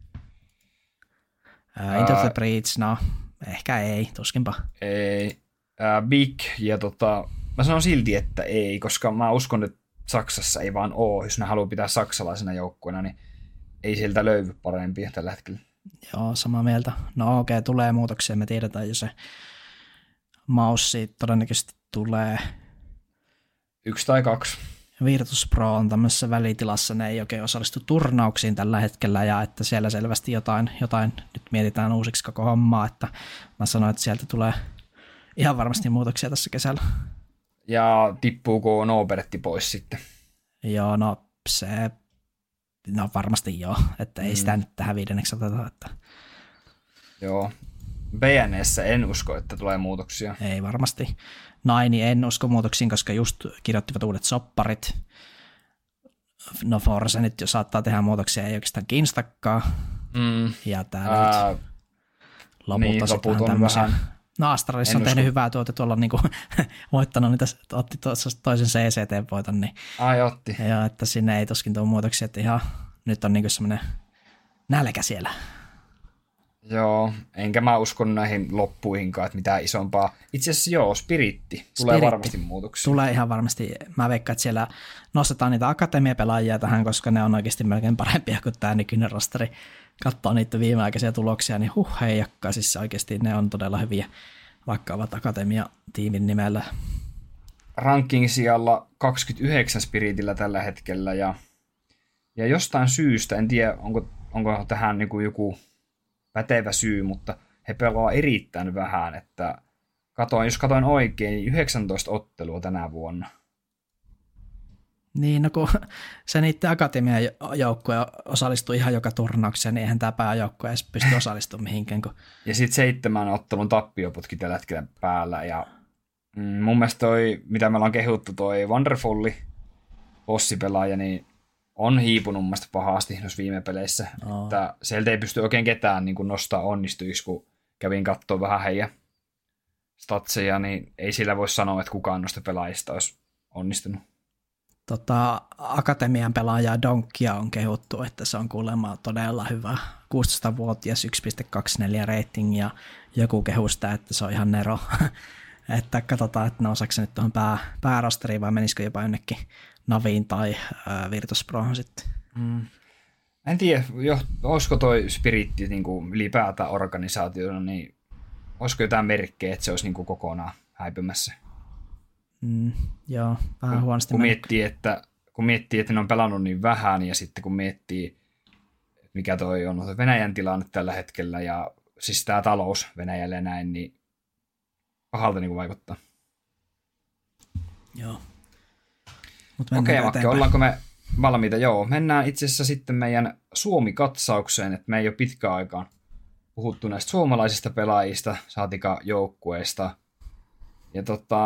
Into the Breach, no, ehkä ei, tuskinpa. Ei. Big, ja mä sanon silti, että ei, koska mä uskon, että Saksassa ei vaan ole, jos ne haluaa pitää saksalaisena joukkueena, niin ei sieltä löydy parempia tällä hetkellä. Joo, samaa mieltä. No okei, tulee muutoksia, me tiedetään jo se Maussi todennäköisesti tulee. 1 tai 2. Virtus Pro on tämmöisessä välitilassa, ne ei oikein osallistu turnauksiin tällä hetkellä, ja että siellä selvästi jotain nyt mietitään uusiksi koko hommaa, että mä sanoin, että sieltä tulee ihan varmasti muutoksia tässä kesällä. Ja tippuuko Noberetti pois sitten? Joo, no varmasti joo, että ei sitä nyt tähän 5. oteta. Että... Joo, BN:ssä en usko, että tulee muutoksia. Ei varmasti. Naini en usko muutoksiin, koska just kirjoittivat uudet sopparit. No Forza nyt jo saattaa tehdä muutoksia, ei oikeastaan kiinnostakaan. Ja täällä nyt loput on tämmöisiä. No Astralis on tehnyt hyvää tuota, tuolla on niinku voittanut niitä, otti toisen CCT-voiton. Niin, otti. Joo, että sinne ei tuskin tule muutoksia, että ihan nyt on niinku semmoinen nälkä siellä. Joo, enkä mä usko näihin loppuihinkaan, että mitään isompaa. Itse asiassa joo, Spiritti tulee varmasti muutoksia. Tulee ihan varmasti. Mä veikkaan, että siellä nostetaan niitä akatemiapelaajia tähän, koska ne on oikeasti melkein parempia kuin tämä nykyinen rosteri. Katsoo niitä viimeaikaisia tuloksia, niin heijakkaa, siis oikeasti ne on todella hyviä, vaikka ovat akatemia-tiimin nimellä. Ranking sijalla 29 Spiritillä tällä hetkellä, ja jostain syystä, en tiedä onko tähän niin kuin joku pätevä syy, mutta he pelaa erittäin vähän, että jos katoin oikein, niin 19 ottelua tänä vuonna. Niin, no kun se niiden akatemian joukkue osallistuu ihan joka turnaukseen, niin eihän tämä pääjoukkue edes pysty osallistumaan mihinkään. Ja sitten 7 ottelun tappioputki tällä hetkellä päällä, ja mun mielestä mitä me ollaan kehuttu, toi Wonderfulli bossipelaaja, niin on hiipunut mun mielestä pahasti noissa viime peleissä. Että sieltä ei pysty oikein ketään niin nostaa onnistuiksi, kun kävin katsoa vähän heidän statseja, niin ei sillä voi sanoa, että kukaan noista pelaajista olisi onnistunut. Akatemian pelaaja Donkia on kehuttu, että se on kuulemma todella hyvä. 16-vuotias 1.24 rating, ja joku kehuu sitä, että se on ihan nero. Että katsotaan, että nousaako se nyt tuohon päärosteriin vai menisikö jopa jonnekin Naviin tai Virtus Proon sitten. En tiedä, olisiko toi Spiritti niin kuin ylipäätään organisaationa, niin olisiko jotain merkkejä, että se olisi niin kuin kokonaan häipymässä. Joo, vähän huonosti kun miettii, että ne on pelannut niin vähän, ja sitten kun miettii, mikä toi on Venäjän tilanne tällä hetkellä, ja siis tämä talous Venäjälle näin, niin pahalta niin kuin vaikuttaa. Joo. Okei, Makke, ollaanko me valmiita? Joo, mennään itse asiassa sitten meidän Suomi-katsaukseen, että me ei ole pitkään aikaan puhuttu näistä suomalaisista pelaajista, saatika joukkueista. Ja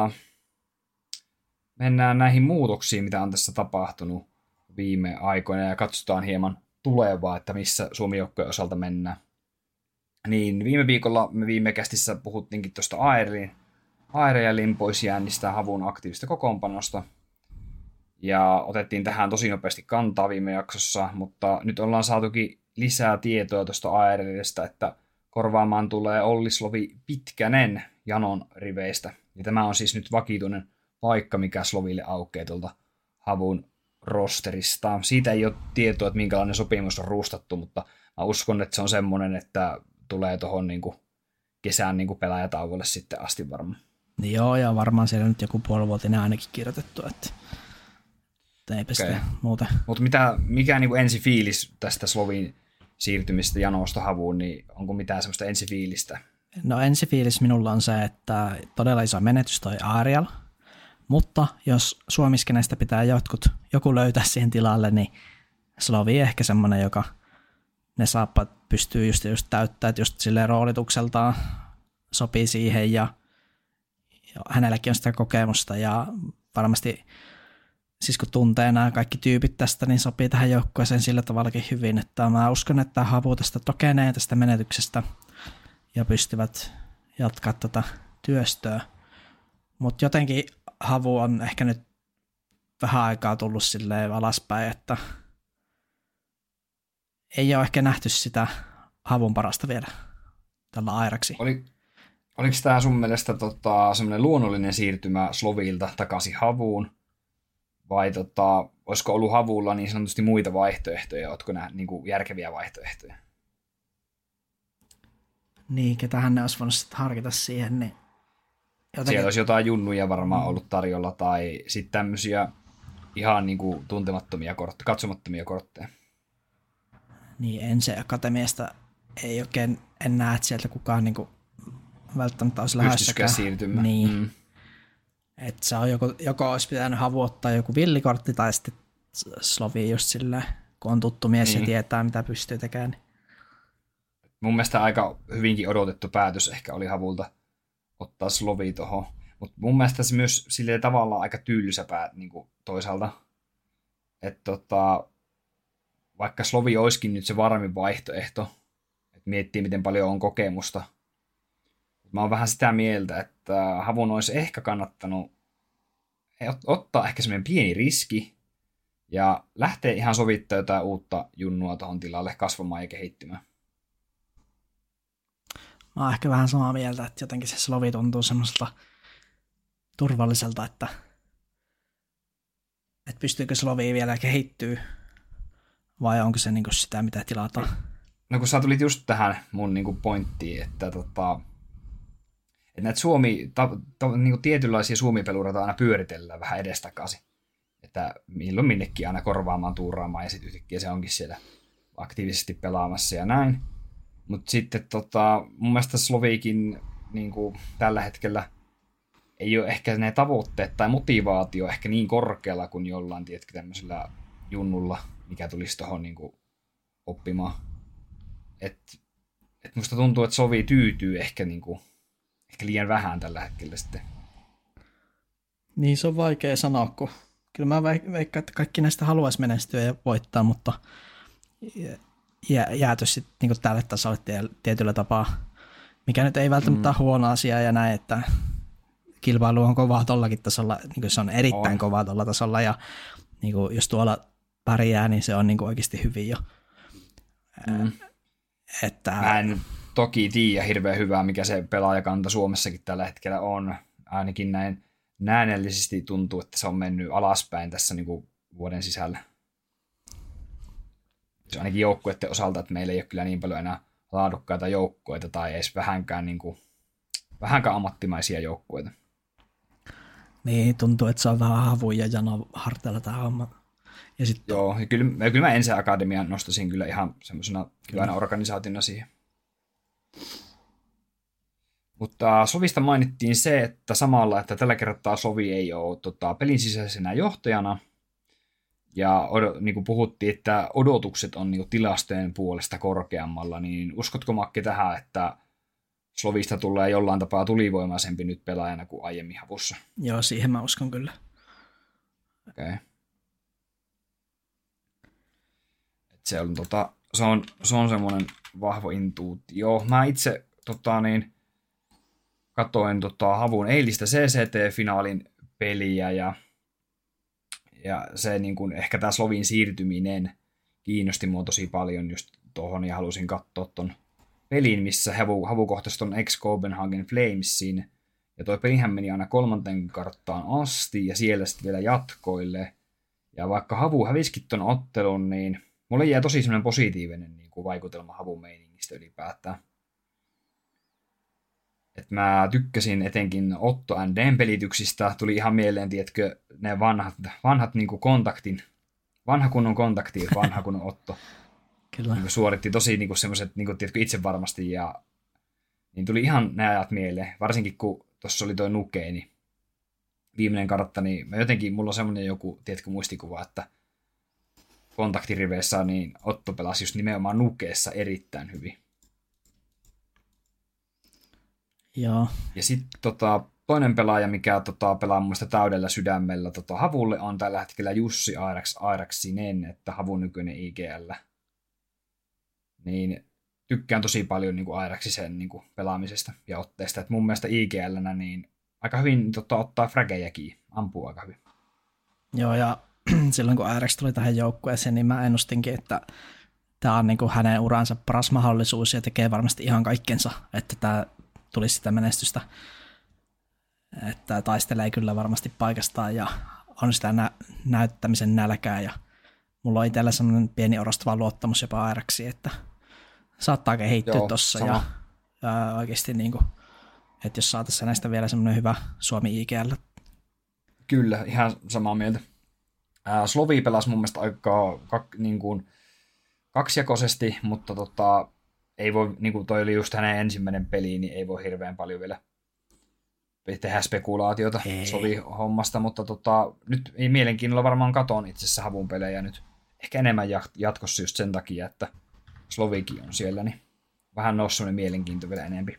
mennään näihin muutoksiin, mitä on tässä tapahtunut viime aikoina, ja katsotaan hieman tulevaa, että missä Suomi-joukkueen osalta mennään. Niin viime viikolla me viime kästissä puhuttiinkin tuosta Aerialin pois jäännistä Havun aktiivista kokoonpanosta. Ja otettiin tähän tosi nopeasti kantaa viime jaksossa, mutta nyt ollaan saatukin lisää tietoa tuosta ARL:stä, että korvaamaan tulee Olli-Slovi Pitkänen Janon riveistä. Ja tämä on siis nyt vakituinen paikka, mikä Sloville aukeaa tuolta Havun rosterista. Siitä ei ole tietoa, että minkälainen sopimus on ruustattu, mutta mä uskon, että se on semmoinen, että tulee tuohon niinku kesän niinku pelaajatauolle sitten asti varmaan. Niin joo, ja varmaan siellä nyt joku puolivuotinen ainakin kirjoitettu, että eipä sitä muuten. Mutta mikä niinku ensi fiilis tästä Slovin siirtymistä Janosta Havuun, niin onko mitään semmoista ensifiilistä? No ensifiilis minulla on se, että todella iso menetys toi Ariel, mutta jos Suomiskenestä pitää joku löytää siihen tilalle, niin Slovi ehkä semmoinen, joka ne saappaat pystyy just täyttämään, että just silleen roolitukseltaan sopii siihen ja hänelläkin on sitä kokemusta ja varmasti siis kun tuntee nämä kaikki tyypit tästä, niin sopii tähän joukkueeseen sillä tavallakin hyvin, että mä uskon, että Havu tästä tokenee tästä menetyksestä ja pystyvät jatkaa tätä työstöä. Mutta jotenkin Havu on ehkä nyt vähän aikaa tullut silleen alaspäin, että ei ole ehkä nähty sitä Havun parasta vielä tällä Airaksi. Oliko tämä sun mielestä semmoinen luonnollinen siirtymä Slovilta takaisin Havuun? Vai olisiko ollut Havulla niin sanotusti muita vaihtoehtoja? Oletko nämä niin kuin järkeviä vaihtoehtoja? Niin, ketähän ne olisi voinut sitten harkita siihen. Niin jotenkin... Siellä olisi jotain junnuja varmaan ollut tarjolla, tai sitten tämmöisiä ihan niin kuin tuntemattomia kortteja, katsomattomia kortteja. Niin, Ense Akatemiasta ei oikein, en näe, että sieltä kukaan niin kuin välttämättä olisi lähdössäkään. Siirtymään. Niin. Että se on joko olisi pitänyt Havu ottaa joku villikortti, tai sitten Slovi just silleen, kun on tuttu mies ja tietää, mitä pystyy tekemään. Mun mielestä aika hyvinkin odotettu päätös ehkä oli Havulta ottaa Slovi tuohon. Mutta mun mielestä se myös silleen tavallaan aika tylsä niin toisaalta. Että vaikka Slovi olisikin nyt se varmin vaihtoehto, että miettii miten paljon on kokemusta. Mä oon vähän sitä mieltä, että Havun olisi ehkä kannattanut ottaa ehkä semmoinen pieni riski ja lähteä ihan sovittaa jotain uutta junnua tuohon tilalle kasvamaan ja kehittymään. Mä oon ehkä vähän samaa mieltä, että jotenkin se Slovi tuntuu semmoiselta turvalliselta, että pystyykö Slovi vielä kehittyä vai onko se niinku sitä, mitä tilataan? No kun sä tulit just tähän mun niinku pointtiin, että näitä niin tietynlaisia Suomi-pelureita aina pyöritellään vähän edestakaisin. Että milloin minnekin aina korvaamaan, tuuraamaan ja sitten yhtäkkiä se onkin siellä aktiivisesti pelaamassa ja näin. Mutta sitten mun mielestä Slovikin niin tällä hetkellä ei ole ehkä ne tavoitteet tai motivaatio ehkä niin korkealla kuin jollain tämmöisellä junnulla, mikä tulisi tuohon niin oppimaan. Et musta tuntuu, että Slovi tyytyy ehkä ehkä liian vähän tällä hetkellä sitten. Niin, se on vaikea sanoa, kun kyllä mä veikkaan, että kaikki näistä haluaisi menestyä ja voittaa, mutta jääty sitten niin tälle tasolle tietyllä tapaa, mikä nyt ei välttämättä ole huono asia ja näin, että kilpailu on kovaa tollakin tasolla, niin se on erittäin kovaa tuolla tasolla ja niin jos tuolla pärjää, niin se on niin oikeasti hyvin jo. Mä en toki tiedä hirveän hyvää, mikä se pelaajakanta Suomessakin tällä hetkellä on. Ainakin näin näennällisesti tuntuu, että se on mennyt alaspäin tässä vuoden sisällä. Se on ainakin joukkueiden osalta, että meillä ei ole kyllä niin paljon enää laadukkaita joukkueita tai edes vähänkään ammattimaisia joukkueita. Niin, tuntuu, että se on vähän Havu ja Jano harteilla tämä homma. Ja joo, ja kyllä mä Ense Akademian nostaisin kyllä ihan semmoisena hyvänä organisaationa siihen. Mutta Slovista mainittiin se, että samalla, että tällä kertaa Slovi ei ole pelin sisäisenä johtajana. Ja niin kuin puhuttiin, että odotukset on niin kuin tilastojen puolesta korkeammalla, niin uskotko Makke tähän, että Slovista tulee jollain tapaa tulivoimaisempi nyt pelaajana kuin aiemmin Havussa? Joo, siihen mä uskon kyllä. Okei. Se on semmoinen vahva intuutio. Mä itse katoin Havun eilistä CCT-finaalin peliä ja se niin kuin, ehkä tämä Slovin siirtyminen kiinnosti mua tosi paljon just tuohon ja halusin katsoa ton pelin, missä Havu kohtasi ton ex-Copenhagen Flamesin. Ja toi pelihän meni aina 3. karttaan asti ja siellä sitten vielä jatkoille. Ja vaikka Havu hävisikin ton ottelun, niin mulle jäi tosi semmoinen positiivinen niin kuin vaikutelma Havun meiningistä ylipäätään. Et mä tykkäsin etenkin Otto and pelityksistä. Tuli ihan mieleen, tiedätkö, ne vanhat niin kuin kontaktin. Vanha kunnon kontakti, vanha kunnon Otto. Kyllä. Niin suoritti tosi niin kuin semmoiset, niin kuin, tiedätkö, itse varmasti. Ja niin tuli ihan ne ajat mieleen. Varsinkin kun tuossa oli toi Nuke, niin viimeinen kartta, niin mulla on semmoinen joku, tiedätkö, muistikuva, että kontaktiriveissä niin Otto pelasi just nimenomaan Nukeessa erittäin hyvin. Joo. Ja sitten toinen pelaaja, mikä pelaa mun mielestä täydellä sydämellä Havulle, on tällä hetkellä Jussi Airaksinen, että Havun nykyinen IGL. Niin tykkään tosi paljon niin kuin Airaksisen niin kuin pelaamisesta ja otteesta. Et mun mielestä IGL:nä niin aika hyvin ottaa frägejäkin, ampuu aika hyvin. Joo, ja silloin kun Airax tuli tähän joukkueeseen, niin mä ennustinkin, että tämä on niin kuin hänen uransa paras mahdollisuus ja tekee varmasti ihan kaikkensa, että tämä tulisi sitä menestystä. Että taistelee kyllä varmasti paikastaan ja on sitä näyttämisen nälkää ja mulla on itsellä semmoinen pieni orastava luottamus jopa Airaxiin, että saattaa kehittyä tuossa ja oikeasti niin kuin, että jos saataisiin näistä vielä semmoinen hyvä Suomi IGL. Kyllä, ihan samaa mieltä. Slovi pelasi mun mielestä aika niin kuin kaksijakoisesti, mutta ei voi, niin kuin toi oli just hänen ensimmäinen peli, niin ei voi hirveän paljon vielä tehdä spekulaatiota Slovi-hommasta, mutta nyt ei mielenkiinnolla varmaan katon itse asiassa Havun pelejä nyt ehkä enemmän jatkossa just sen takia, että Slovikin on siellä, niin vähän nousi semmoinen mielenkiinto vielä enemmän.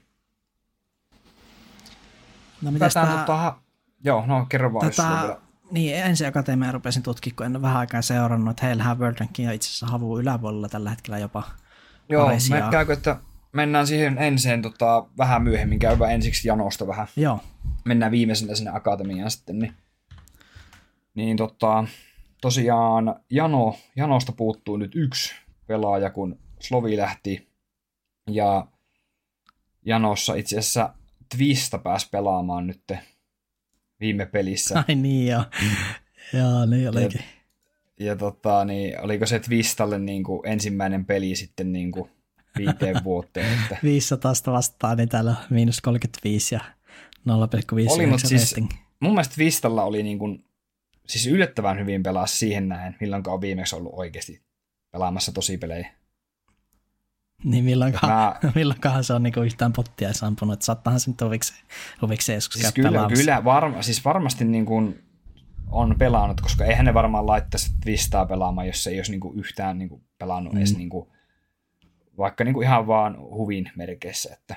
No mitäs joo, no kerro vaan, jos vielä. Niin, ensi akatemia rupesin tutkimaan, kun en ole vähän aikaa seurannut, että heillähän World Ranking on itse asiassa Havun yläpuolella tällä hetkellä jopa. Joo, käykö, että mennään siihen ensin vähän myöhemmin, käydään ensiksi Janosta vähän. Joo. Mennään viimeisenä sinne akatemiaan sitten, niin tosiaan Janosta puuttuu nyt yksi pelaaja, kun Slovi lähti, ja Janossa itse asiassa Twista pääsi pelaamaan nyt viime pelissä. Ai niin joo. Joo, niin olikin. Ja niin, oliko se Twistalle niin kuin ensimmäinen peli sitten niin kuin 5 vuoteen? Että 500 vastaan, niin täällä on -35 ja 0,5 oli, mutta siis mun mielestä Twistalla oli niin kuin, siis yllättävän hyvin pelaa siihen näin, milloinkaan on viimeksi ollut oikeasti pelaamassa tosipelejä. Niin milloinkahan se on niinku yhtään pottia sampunut, että saattaahan se nyt huvikseen joskus siis kyllä varmasti niin kuin on pelannut, koska eihän ne varmaan laittaisi Twistaa pelaamaan, jos se ei olisi niin kuin yhtään niin kuin pelannut edes niin kuin, vaikka niin kuin ihan vaan huvin merkeissä. Että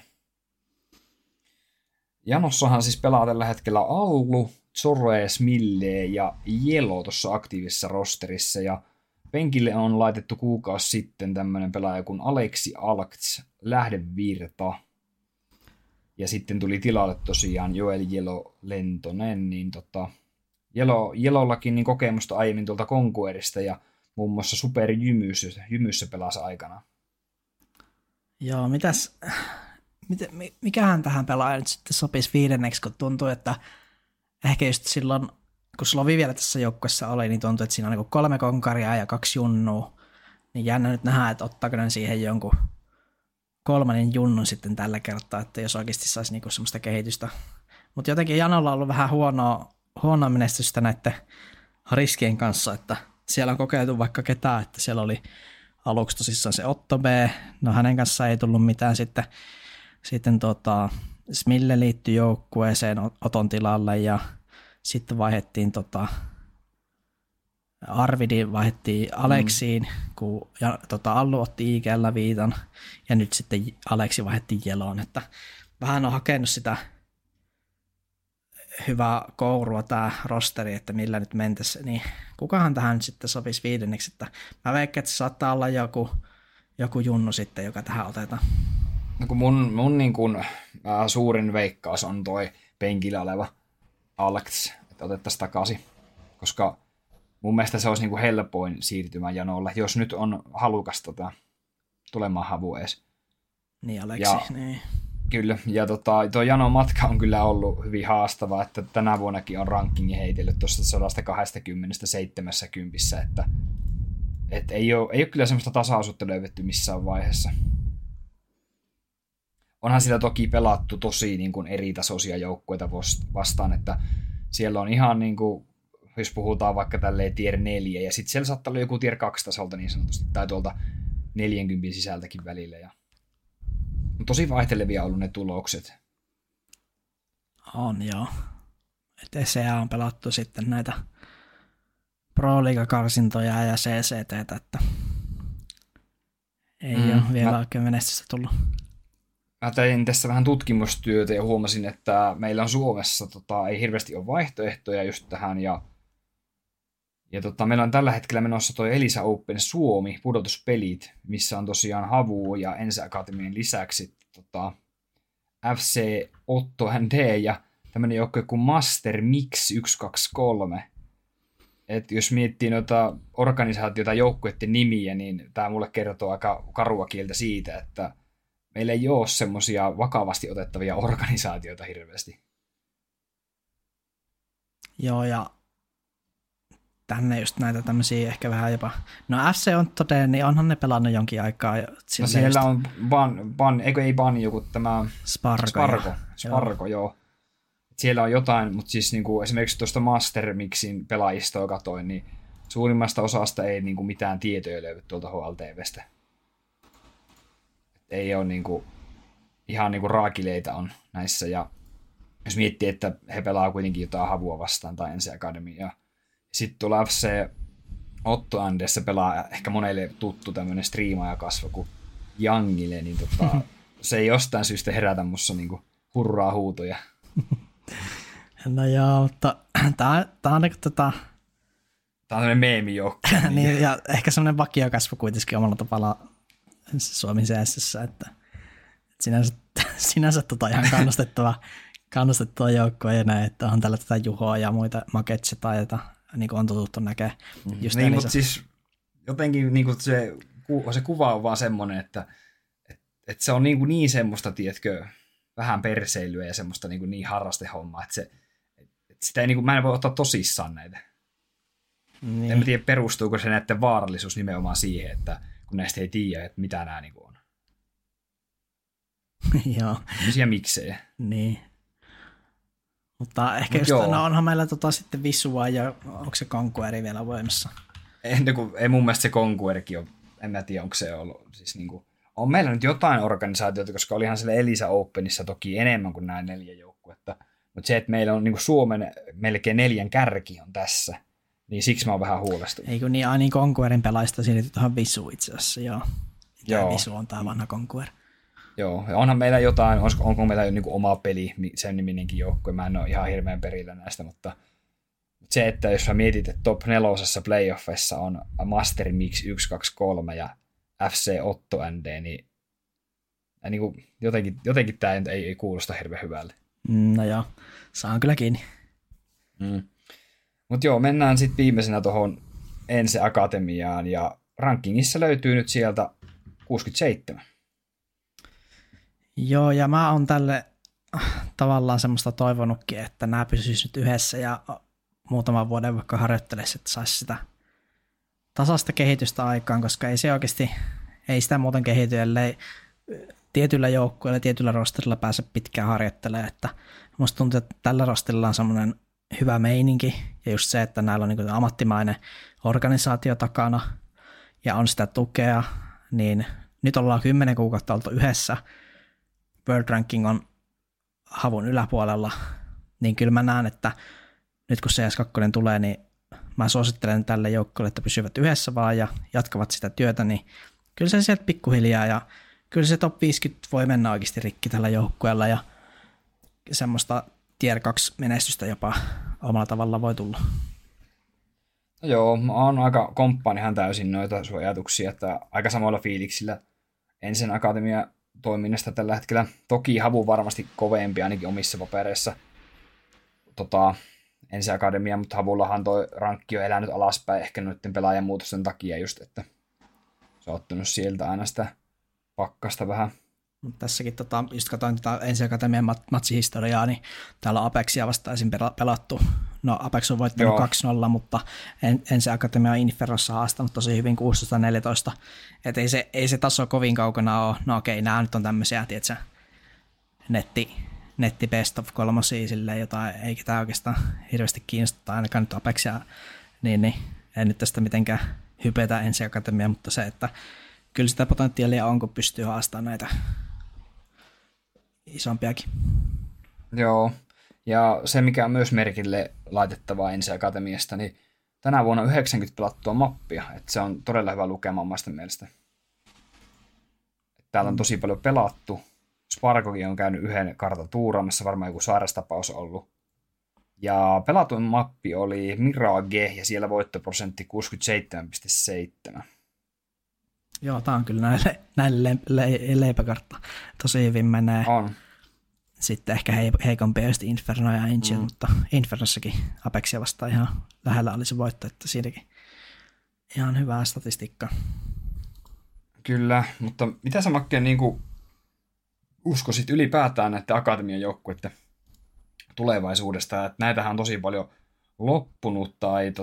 Janossahan siis pelaa tällä hetkellä Allu, Zore, Smille ja Jelo tuossa aktiivisessa rosterissa, ja penkille on laitettu kuukausi sitten tämmöinen pelaaja kuin Aleksi Alkts, lähdevirta. Ja sitten tuli tilalle tosiaan Joel Jelo Lentonen, niin Jelollakin niin kokemusta aiemmin tuolta Conquerista ja muun muassa Super Jymyssä pelasi aikana. Joo, mikähän tähän pelaaja nyt sitten sopisi viidenneksi, kun tuntuu, että ehkä just silloin, kun Slovi vielä tässä joukkueessa oli, niin tuntuu, että siinä on niin 3 konkaria ja 2 junnua. Niin jännä nyt nähdä, että ottaako ne siihen jonkun 3. junnun sitten tällä kertaa, että jos oikeasti saisi niin semmoista kehitystä. Mutta jotenkin Janolla on ollut vähän huonoa menestystä näiden riskien kanssa, että siellä on kokeiltu vaikka ketään, että siellä oli aluksi tosissaan se Otto B, no hänen kanssaan ei tullut mitään, sitten Smille liittyi joukkueeseen Oton tilalle ja sitten vaihdettiin Arvidi vaihdettiin Aleksiin, kun Allu otti IGL viitan ja nyt sitten Aleksi vaihdettiin Jeloon, että vähän on hakenut sitä hyvää kourua tämä rosteri, että millä nyt mentäisiin, niin kukahan tähän nyt sitten sopisi viidenneksi, että mä veikkaan, että se saattaa olla joku junnu sitten, joka tähän otetaan. No kun mun niin kun, suurin veikkaus on toi penkillä oleva Alex, että otettaisiin takaisin, koska mun mielestä se olisi niin kuin helpoin siirtymä Janolle, jos nyt on halukas tulemaan havu edes. Niin Aleksi, niin. Kyllä, ja tuo janon matka on kyllä ollut hyvin haastava, että tänä vuonnakin on rankingi heitellyt tuosta 120-70, että ei ole kyllä semmoista tasaisuutta löydetty missään vaiheessa. Onhan sillä toki pelattu tosi niin kuin eritasoisia joukkueita vastaan, että siellä on ihan niin kuin, jos puhutaan vaikka tälleen tier 4, ja sitten siellä saattaa olla joku tier 2 tasolta niin sanotusti, tai tuolta 40 sisältäkin välillä. Ja on tosi vaihtelevia ollut ne tulokset. On joo. Et ESEA on pelattu sitten näitä Pro-liiga-karsintoja ja CCT:tä, että ei ole vielä oikein menestystä tullut. Mä tein tässä vähän tutkimustyötä ja huomasin, että meillä on Suomessa ei hirveästi ole vaihtoehtoja just tähän. Ja meillä on tällä hetkellä menossa toi Elisa Open Suomi pudotuspelit, missä on tosiaan Havu ja Ensi Akatemian lisäksi FC Otto ND ja tämmöinen joukkue kuin Master Mix 123. Et jos miettii noita organisaatioita joukkueiden nimiä, niin tämä mulle kertoo aika karua kieltä siitä, että meillä ei ole semmoisia vakavasti otettavia organisaatioita hirveästi. Joo, ja tänne just näitä tämmöisiä ehkä vähän jopa... No FC on todella, niin onhan ne pelannut jonkin aikaa. No siellä on joku tämä... Sparko, joo. Siellä on jotain, mutta siis niinku esimerkiksi tuosta Master Mixin pelaajistoa katoin, niin suurimmasta osasta ei niinku mitään tietoja löydy tuolta HLTVstä. Ei ole niinku, ihan niinku raakileita on näissä, ja jos miettii, että he pelaa kuitenkin jotain Havua vastaan tai Ensi Akademiaa. Sitten tuolla FC Otto Andessa pelaa ehkä monelle tuttu tämmöinen striimaajakasvo kuin Jangile, niin se ei jostain syystä herätä musta niinku hurraa huutoja. No joo, mutta tää on niinku Tää on tämmönen meemijoukko. Niin, ja ehkä semmoinen vakiokasvo kuitenkin omalla tavalla Suomen CS:ssä, että sinänsä ihan kannustettava joukkue ja näin, että on tällä tätä Juhoa ja muita Maketseta, joita niin on totuttu näkee. Niin, mutta siis jotenkin niin se kuva on vaan semmoinen, että se on niin semmoista, tiedätkö, vähän perseilyä ja semmoista niin harrastehommaa, että sitä ei, mä en voi ottaa tosissaan näitä. Niin. En tiedä, perustuuko se näiden vaarallisuus nimenomaan siihen, että kun näistä ei tiedä, että mitä nämä on. Joo. Ja miksei. Niin. Mutta ehkä just, no onhan meillä sitten Visua ja onko se Conqueri vielä voimassa? Ei mun mielestä se Conquerikin ole, en mä tiedä, onko se ollut. Siis on meillä nyt jotain organisaatioita, koska olihan siellä Elisa Openissa toki enemmän kuin nämä 4 joukkuetta. Mutta se, että meillä on Suomen melkein 4 kärki on tässä, niin siksi mä oon vähän huolestunut. Eikö niin Conquerin pelaista siirrytty tuohon Visu itse asiassa, joo. Visu on tämä vanha Conquer. Joo, ja onhan meillä jotain, onko meillä oma peli, sen niminenkin joukkue, mä en ole ihan hirveän perillä näistä, mutta se, että jos sä mietit, että top 4 playoffissa on Master Mix 123 ja FC Otto ND, niin jotenkin tämä ei kuulosta hirveän hyvälle. No joo, saan kyllä kiinni. Mutta joo, mennään sitten viimeisenä tuohon Ensi Akatemiaan, ja rankingissa löytyy nyt sieltä 67. Joo, ja mä oon tälle tavallaan semmoista toivonutkin, että nämä pysyis nyt yhdessä ja muutaman vuoden vaikka harjoittelisi, että saisi sitä tasaista kehitystä aikaan, koska ei se oikeasti, ei sitä muuten kehity, ellei tietyllä joukkueella, tietyllä rosterilla pääse pitkään harjoittelemaan, että musta tuntuu, että tällä rosterilla on semmoinen hyvä meininki, ja just se, että näillä on niin ammattimainen organisaatio takana, ja on sitä tukea, niin nyt ollaan 10 kuukautta oltu yhdessä, World Ranking on Havun yläpuolella, niin kyllä mä näen, että nyt kun CS2 tulee, niin mä suosittelen tälle joukkueelle, että pysyvät yhdessä vaan ja jatkavat sitä työtä, niin kyllä se sieltä pikkuhiljaa ja kyllä se top 50 voi mennä oikeasti rikki tällä joukkueella ja semmoista tier 2 menestystä jopa omalla tavalla voi tulla. No joo, mä oon aika komppaan ihan täysin noita sun ajatuksia, että aika samoilla fiiliksillä Ensin Akatemia toiminnasta tällä hetkellä. Toki Havu varmasti kovempi ainakin omissa papereissa Ensi Akademia, mutta Havullahan toi rankki on elänyt alaspäin ehkä noiden pelaajan muutosten takia just, että se on ottanut sieltä aina sitä pakkasta vähän. Mut tässäkin, just katsoin ensi akatemian matsihistoriaa, niin täällä on Apexia vastaan esim. Pelattu. No Apex on voittanut 2-0, mutta ensi akatemia on Inferossa haastanut tosi hyvin 16-14. Et ei se taso kovin kaukana ole. No okei, nämä nyt on tämmöisiä, tietsä, netti best of 3 silleen jotain, eikä tämä oikeastaan hirveästi kiinnostaa ainakaan nyt Apexia, niin en nyt tästä mitenkään hypetä ensi akatemia, mutta se, että kyllä sitä potentiaalia on, kun pystyy haastamaan näitä isompiakin. Joo, ja se mikä on myös merkille laitettavaa ensi akatemiasta, niin tänä vuonna 90 pelattua mappia, että se on todella hyvä lukema omasta mielestä. Täällä on tosi paljon pelattu. Sparkokin on käynyt yhden kartan tuuraamassa, varmaan joku sairastapaus on ollut. Ja pelatuin mappi oli Mirage, ja siellä voittoprosentti 67,7. Joo, tää on kyllä näille leipäkartta. Tosi hyvin menee. On. Sitten ehkä heikompia just Inferno ja Angel, mutta Infernossakin Apexia vastaan ihan lähellä oli se voitto, että siinäkin ihan hyvää statistiikkaa. Kyllä, mutta mitä sä Makke niinku uskoisit ylipäätään näiden akatemian joukkueiden tulevaisuudesta, että näitähän on tosi paljon loppunut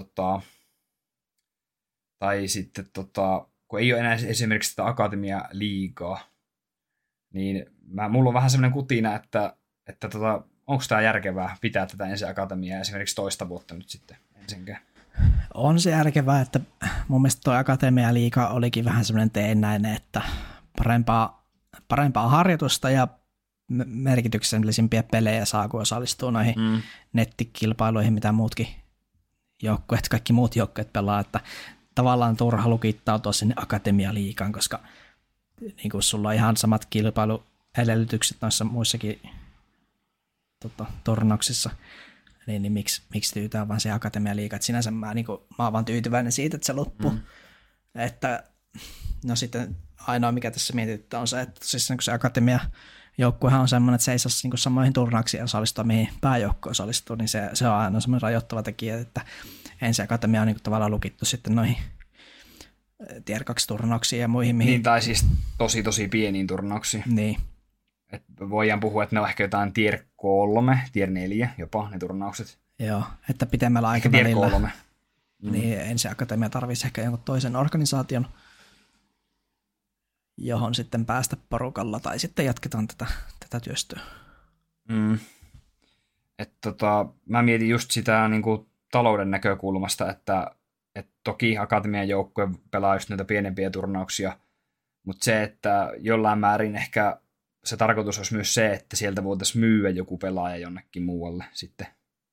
tai sitten kun ei ole enää esimerkiksi sitä akatemia-liigaa, niin mulla on vähän semmoinen kutina, että onko tämä järkevää pitää tätä ensi akatemiaa esimerkiksi toista vuotta nyt sitten ensinkään. On se järkevää, että mun mielestä tuo akatemia-liiga olikin vähän semmoinen teennäinen, että parempaa harjoitusta ja merkityksellisimpiä pelejä saa, kun osallistuu noihin nettikilpailuihin, mitä muutkin joukkueet, kaikki muut joukkueet pelaa, että tavallaan turha lukittautua sinne akatemialiigaan, koska niin kuin sulla on ihan samat kilpailuedellytykset noissa muissakin turnauksissa, niin miksi tyytää vaan se akatemialiiga, että sinänsä mä oon vaan tyytyväinen siitä, että se loppuu. Että no sitten ainoa, mikä tässä mietityttää on se, että siis se akatemia joukkuehan on semmoinen, että se ei saa niin samoihin turnauksiin osallistua, mihin pääjoukko osallistuu, niin se on aina semmoinen rajoittava tekijä, että ensi akatemia on niin tavallaan lukittu sitten noihin tier 2 turnauksiin ja muihin. Niin, tai siis tosi pieniin turnauksiin. Niin. Et voidaan puhua, että ne on ehkä jotain tier 3, tier 4 jopa ne turnaukset. Joo, että pitemmällä aikavälillä niin ensi akatemia tarvitsisi ehkä jonkun toisen organisaation, johon sitten päästä porukalla, tai sitten jatketaan tätä työstöä. Mä mietin just sitä niin kuin talouden näkökulmasta, että toki akatemian joukkue pelaa just näitä pienempiä turnauksia, mutta se, että jollain määrin ehkä se tarkoitus olisi myös se, että sieltä voitaisiin myyä joku pelaaja jonnekin muualle sitten.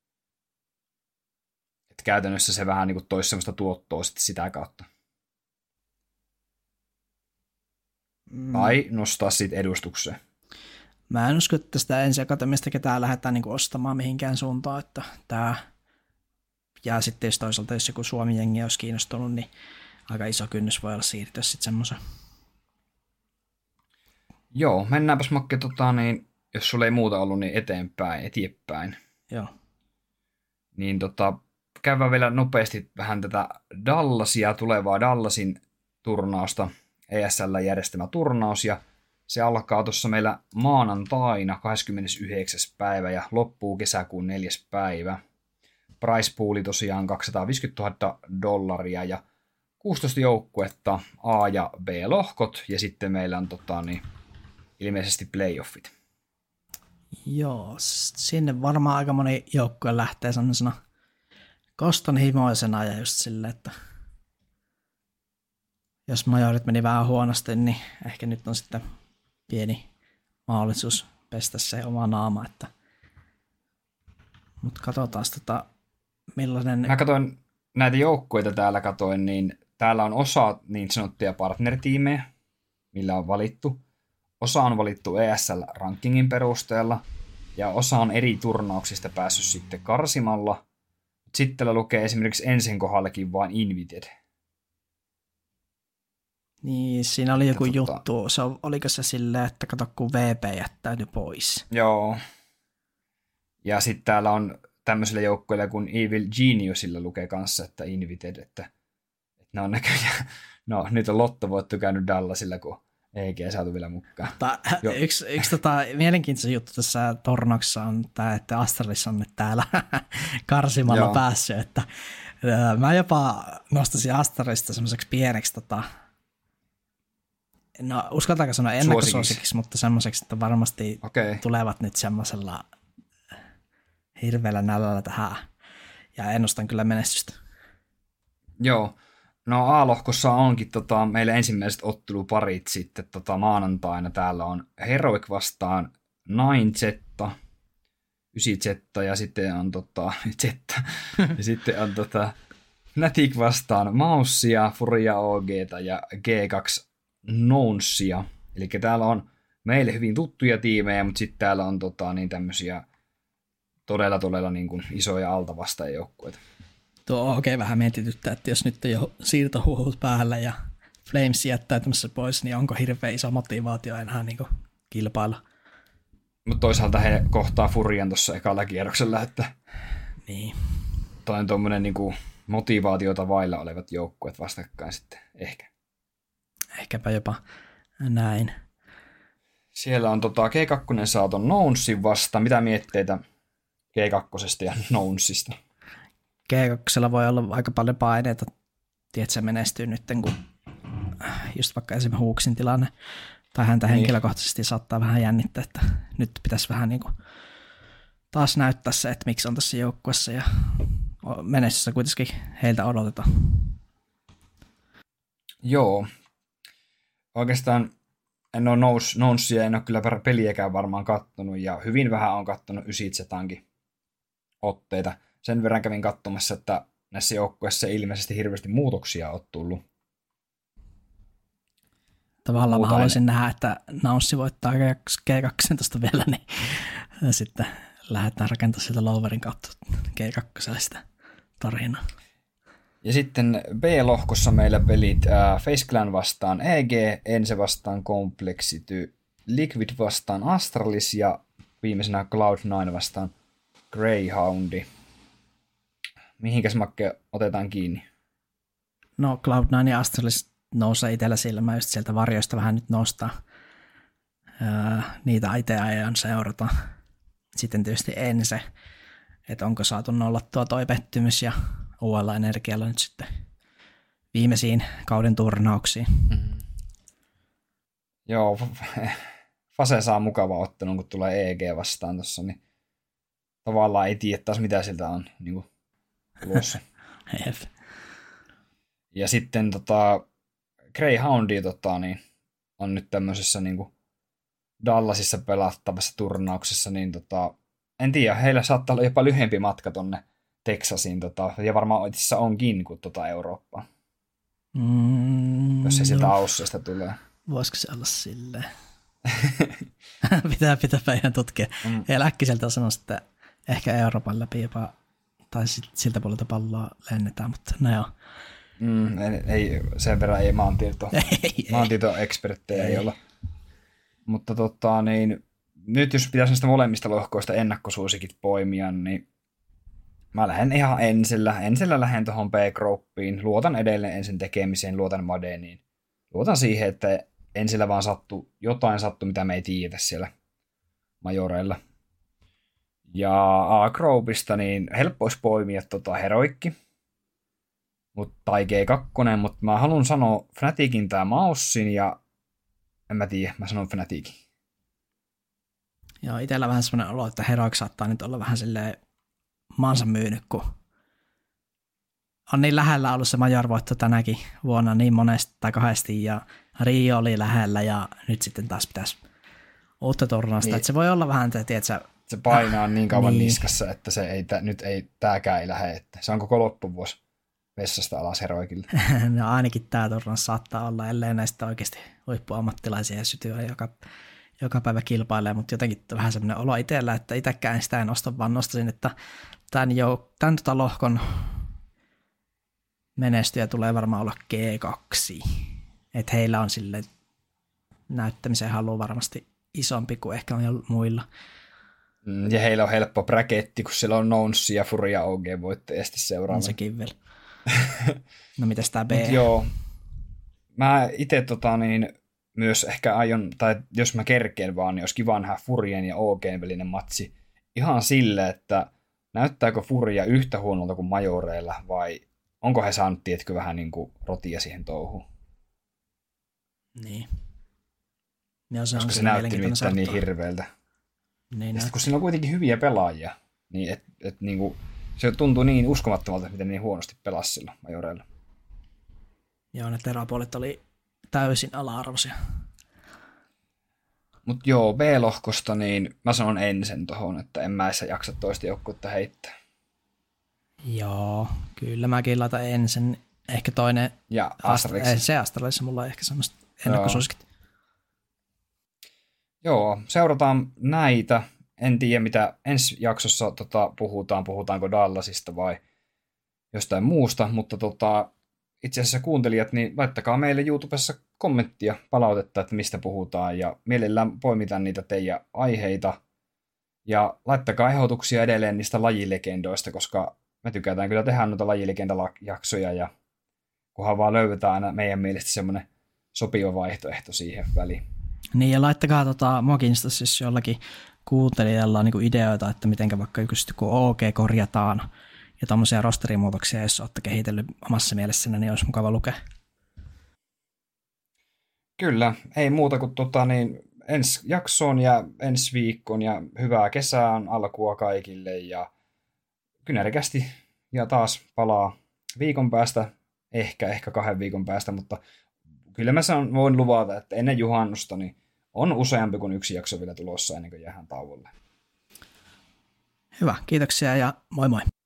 Että käytännössä se vähän niin kuin toisi semmoista tuottoa sitten sitä kautta. Tai nostaa siitä edustukseen. Mä en usko, että sitä ensi akatemiasta ketään lähdetään niin kuin ostamaan mihinkään suuntaan, että tämä. Ja sitten jos toisaalta, jos joku Suomi-jengi olisi kiinnostunut, niin aika iso kynnys voi olla siirtyä sitten semmoisen. Joo, mennäänpäs Makke, jos sulla ei muuta ollut, niin eteenpäin. Joo. Niin käydään vielä nopeasti vähän tätä Dallasia, tulevaa Dallasin turnausta, ESL järjestämä turnaus, ja se alkaa tuossa meillä maanantaina 29. päivä ja loppuu kesäkuun 4. päivä. Price pooli tosiaan $250,000 ja 16 joukkuetta, A- ja B-lohkot, ja sitten meillä on ilmeisesti playoffit. Joo, sinne varmaan aika moni joukkue lähtee sellaisena koston himoisena ja just silleen, että jos majorit meni vähän huonosti, niin ehkä nyt on sitten pieni mahdollisuus pestä se oma naama, että mutta katsotaan millainen. Mä katsoin näitä joukkueita niin täällä on osa niin sanottuja partnertiimejä, millä on valittu. Osa on valittu ESL-rankingin perusteella, ja osa on eri turnauksista päässyt sitten karsimalla. Sitten täällä lukee esimerkiksi ensin kohdallakin vain Invited. Niin, siinä oli joku juttu. Oliko se silleen, että kato kun VP jättäytyi pois? Joo. Ja sitten täällä on tämmöisillä joukkueilla kuin Evil Geniusilla lukee kanssa, että Invited, että ne on näköjään. No, nyt on lottovoitto käynyt Dallasilla, kun EG saatu vielä mukaan. Yksi mielenkiintoinen juttu tässä tornauksessa on tämä, että Astralis on nyt täällä karsimalla päässyt, että mä jopa nostaisin Astralista semmoiseksi pieneksi, no uskaltaako sanoa ennakkosuosikiksi, mutta semmoiseksi, että varmasti tulevat nyt semmoisella hirveällä nällällä tähän, ja ennustan kyllä menestystä. Joo, no A-lohkossa onkin meille ensimmäiset otteluparit sitten maanantaina. Täällä on Heroic vastaan 9Z, 9Z ja sitten on Z. Ja sitten on Fnatic vastaan Maussia, Furia OGta ja G2 Knownsia. Eli täällä on meille hyvin tuttuja tiimejä, mutta sitten täällä on niin tämmöisiä todella niin kuin isoja altavastajajoukkueita. Tuo on oikein vähän mietityttää, että jos nyt on jo siirtohuhut päällä ja Flames jättää tämmössä pois, niin onko hirveän iso motivaatio enää niin kuin kilpailla. Mutta toisaalta he kohtaa Furian tuossa ekalla kierroksella, että niin. Toi on tuommoinen niin kuin motivaatiota vailla olevat joukkueet vastakkain sitten ehkä. Ehkäpä jopa näin. Siellä on G2 saatu Knownsin vasta. Mitä mietteitä G2 ja Knownsista? G2 voi olla aika paljon paineita, että se menestyy nyt, kun just vaikka esimerkiksi Huuksin tilanne, tai häntä henkilökohtaisesti saattaa vähän jännittää, että nyt pitäisi vähän niin kuin taas näyttää se, että miksi on tässä joukkueessa, ja menestyssä kuitenkin heiltä odotetaan. Joo. Oikeastaan en ole Knownsia, en ole kyllä peliäkään varmaan kattonut, ja hyvin vähän on kattonut 9Z:nkin otteita. Sen verran kävin katsomassa, että näissä joukkueissa ilmeisesti hirveästi muutoksia on tullut. Tavallaan mä haluaisin nähdä, että Naussi voittaa G12 vielä, niin sitten lähdetään rakentamaan sieltä Lowerin kautta G2 sitä tarinaa. Ja sitten B-lohkossa meillä pelit FaceClan vastaan EG, Ense vastaan Complexity, Liquid vastaan Astralis ja viimeisenä Cloud9 vastaan Greyhoundi. Mihinkäs Makke otetaan kiinni? No Cloud9 ja Astralis nousee itsellä silmään, just sieltä varjoista vähän nyt nostaa. Niitä itse ajan seurata. Sitten tietysti Ense, että onko saatu nollattua toi pettymys ja uudella energialla nyt sitten viimeisiin kauden turnauksiin. Mm-hmm. Joo, Fase saa mukava ottelun, kun tulee EG vastaan tuossa, niin tavallaan ei tiedä taas mitä siltä on niin kuin tulossa. Ja sitten Greyhoundi niin on nyt tämmöisessä niin kuin Dallasissa pelattavassa turnauksessa, niin en tiedä, heillä saattaa olla jopa lyhyempi matka tonne Texasiin, ja varmaan itse asiassa onkin kuin Eurooppaan. Jos se sieltä Aussesta tulee. Voisiko se olla silleen? Pitääpä ihan tutkia. Ja äkkiseltä sanoisi, että ehkä Euroopan läpi jopa, tai siltä puolelta palloa lennetään, mutta no joo. Ei, sen verran ei maantieto-eksperttejä ei olla. Mutta niin, nyt jos pitäisi näistä molemmista lohkoista ennakkosuosikit poimia, niin mä lähden ihan Ensellä. Ensellä lähden tuohon B-groupiin. Luotan edelleen ensin tekemiseen, luotan Madeniin. Luotan siihen, että Ensellä vaan jotain sattuu, mitä me ei tiedetä siellä majoreilla. Ja A-groupista niin helppo olisi poimia Heroikki. Tai G2, mutta mä haluan sanoa Fnaticin tai Maussin ja en mä tiedä, mä sanon Fnaticin. Joo, itsellä vähän semmoinen olo, että Heroic saattaa nyt olla vähän silleen maansa myynyt, kun on niin lähellä ollut se major-voitto tänäkin vuonna niin monesti tai kahdesti, ja Rio oli lähellä, ja nyt sitten taas pitäisi uutta turnausta, niin. Että se voi olla vähän, että tiedätkö, se painaa niin kauan niskassa, että se nyt ei tääkään ei lähde, että se on koko loppuvuosi vessasta alas Heroikille. No ainakin tämä turnaus saattaa olla, ellei näistä oikeasti huippuammattilaisia sytyä joka päivä kilpailee, mutta jotenkin vähän semmoinen olo itsellä, että itsekään sitä en osta, vaan nostasin, että tämän lohkon menestyjä tulee varmaan olla G2. Että heillä on sille näyttämisen halu varmasti isompi kuin ehkä on muilla. Ja heillä on helppo braketti, kun siellä on Knowns ja Furia OG voittajasti seuraava. Sekin vielä. No mitäs tää B? Joo. Mä itse myös ehkä aion, tai jos mä kerkeen vaan, niin olisi kiva nähdä Furien ja OGn välinen matsi ihan sille, että näyttääkö Furia yhtä huonolta kuin majoreilla, vai onko he saanut, tietkö, vähän niin kuin rotia siihen touhuun. Niin. Ja koska se näytti nimittäin niin hirveältä. Niin kun siinä on kuitenkin hyviä pelaajia, niin niin kuin, se tuntuu niin uskomattomalta, miten niin huonosti pelasi silloin majoreilla. Joo, ne terapuolit oli täysin ala-arvoisia. Mutta joo, B-lohkosta, niin mä sanon ensin tohon, että en mä jaksa toista joukkuetta heittää. Joo, kyllä mäkin laitan ensin. Ehkä toinen... Ja Astralis. Se Astralissa mulla on ehkä semmoista ennakkosuosikit. Joo, seurataan näitä. En tiedä, mitä ensi jaksossa puhutaanko Dallasista vai jostain muusta, mutta itse asiassa kuuntelijat, niin laittakaa meille YouTubessa kommenttia, palautetta, että mistä puhutaan, ja mielellään poimitaan niitä teidän aiheita, ja laittakaa ehdotuksia edelleen niistä lajilegendoista, koska me tykätään kyllä tehdä noita lajilegendajaksoja, ja kunhan vaan löydetään aina meidän mielestä semmoinen sopiva vaihtoehto siihen väliin. Niin, ja laittakaa Moginsta siis jollakin kuuntelijalla niin ideoita, että miten vaikka kun OG korjataan, ja tommosia rosterimuutoksia, jos olette kehitellyt omassa mielessänne, niin olisi mukava lukea. Kyllä, ei muuta kuin ensi jaksoon ja ensi viikkoon ja hyvää kesään alkua kaikille ja kynärikästi ja taas palaa viikon päästä, ehkä 2 viikon päästä, mutta kyllä mä voin luvata, että ennen juhannusta niin on useampi kuin 1 jakso vielä tulossa ennen kuin jäädään tauolle. Hyvä, kiitoksia ja moi moi.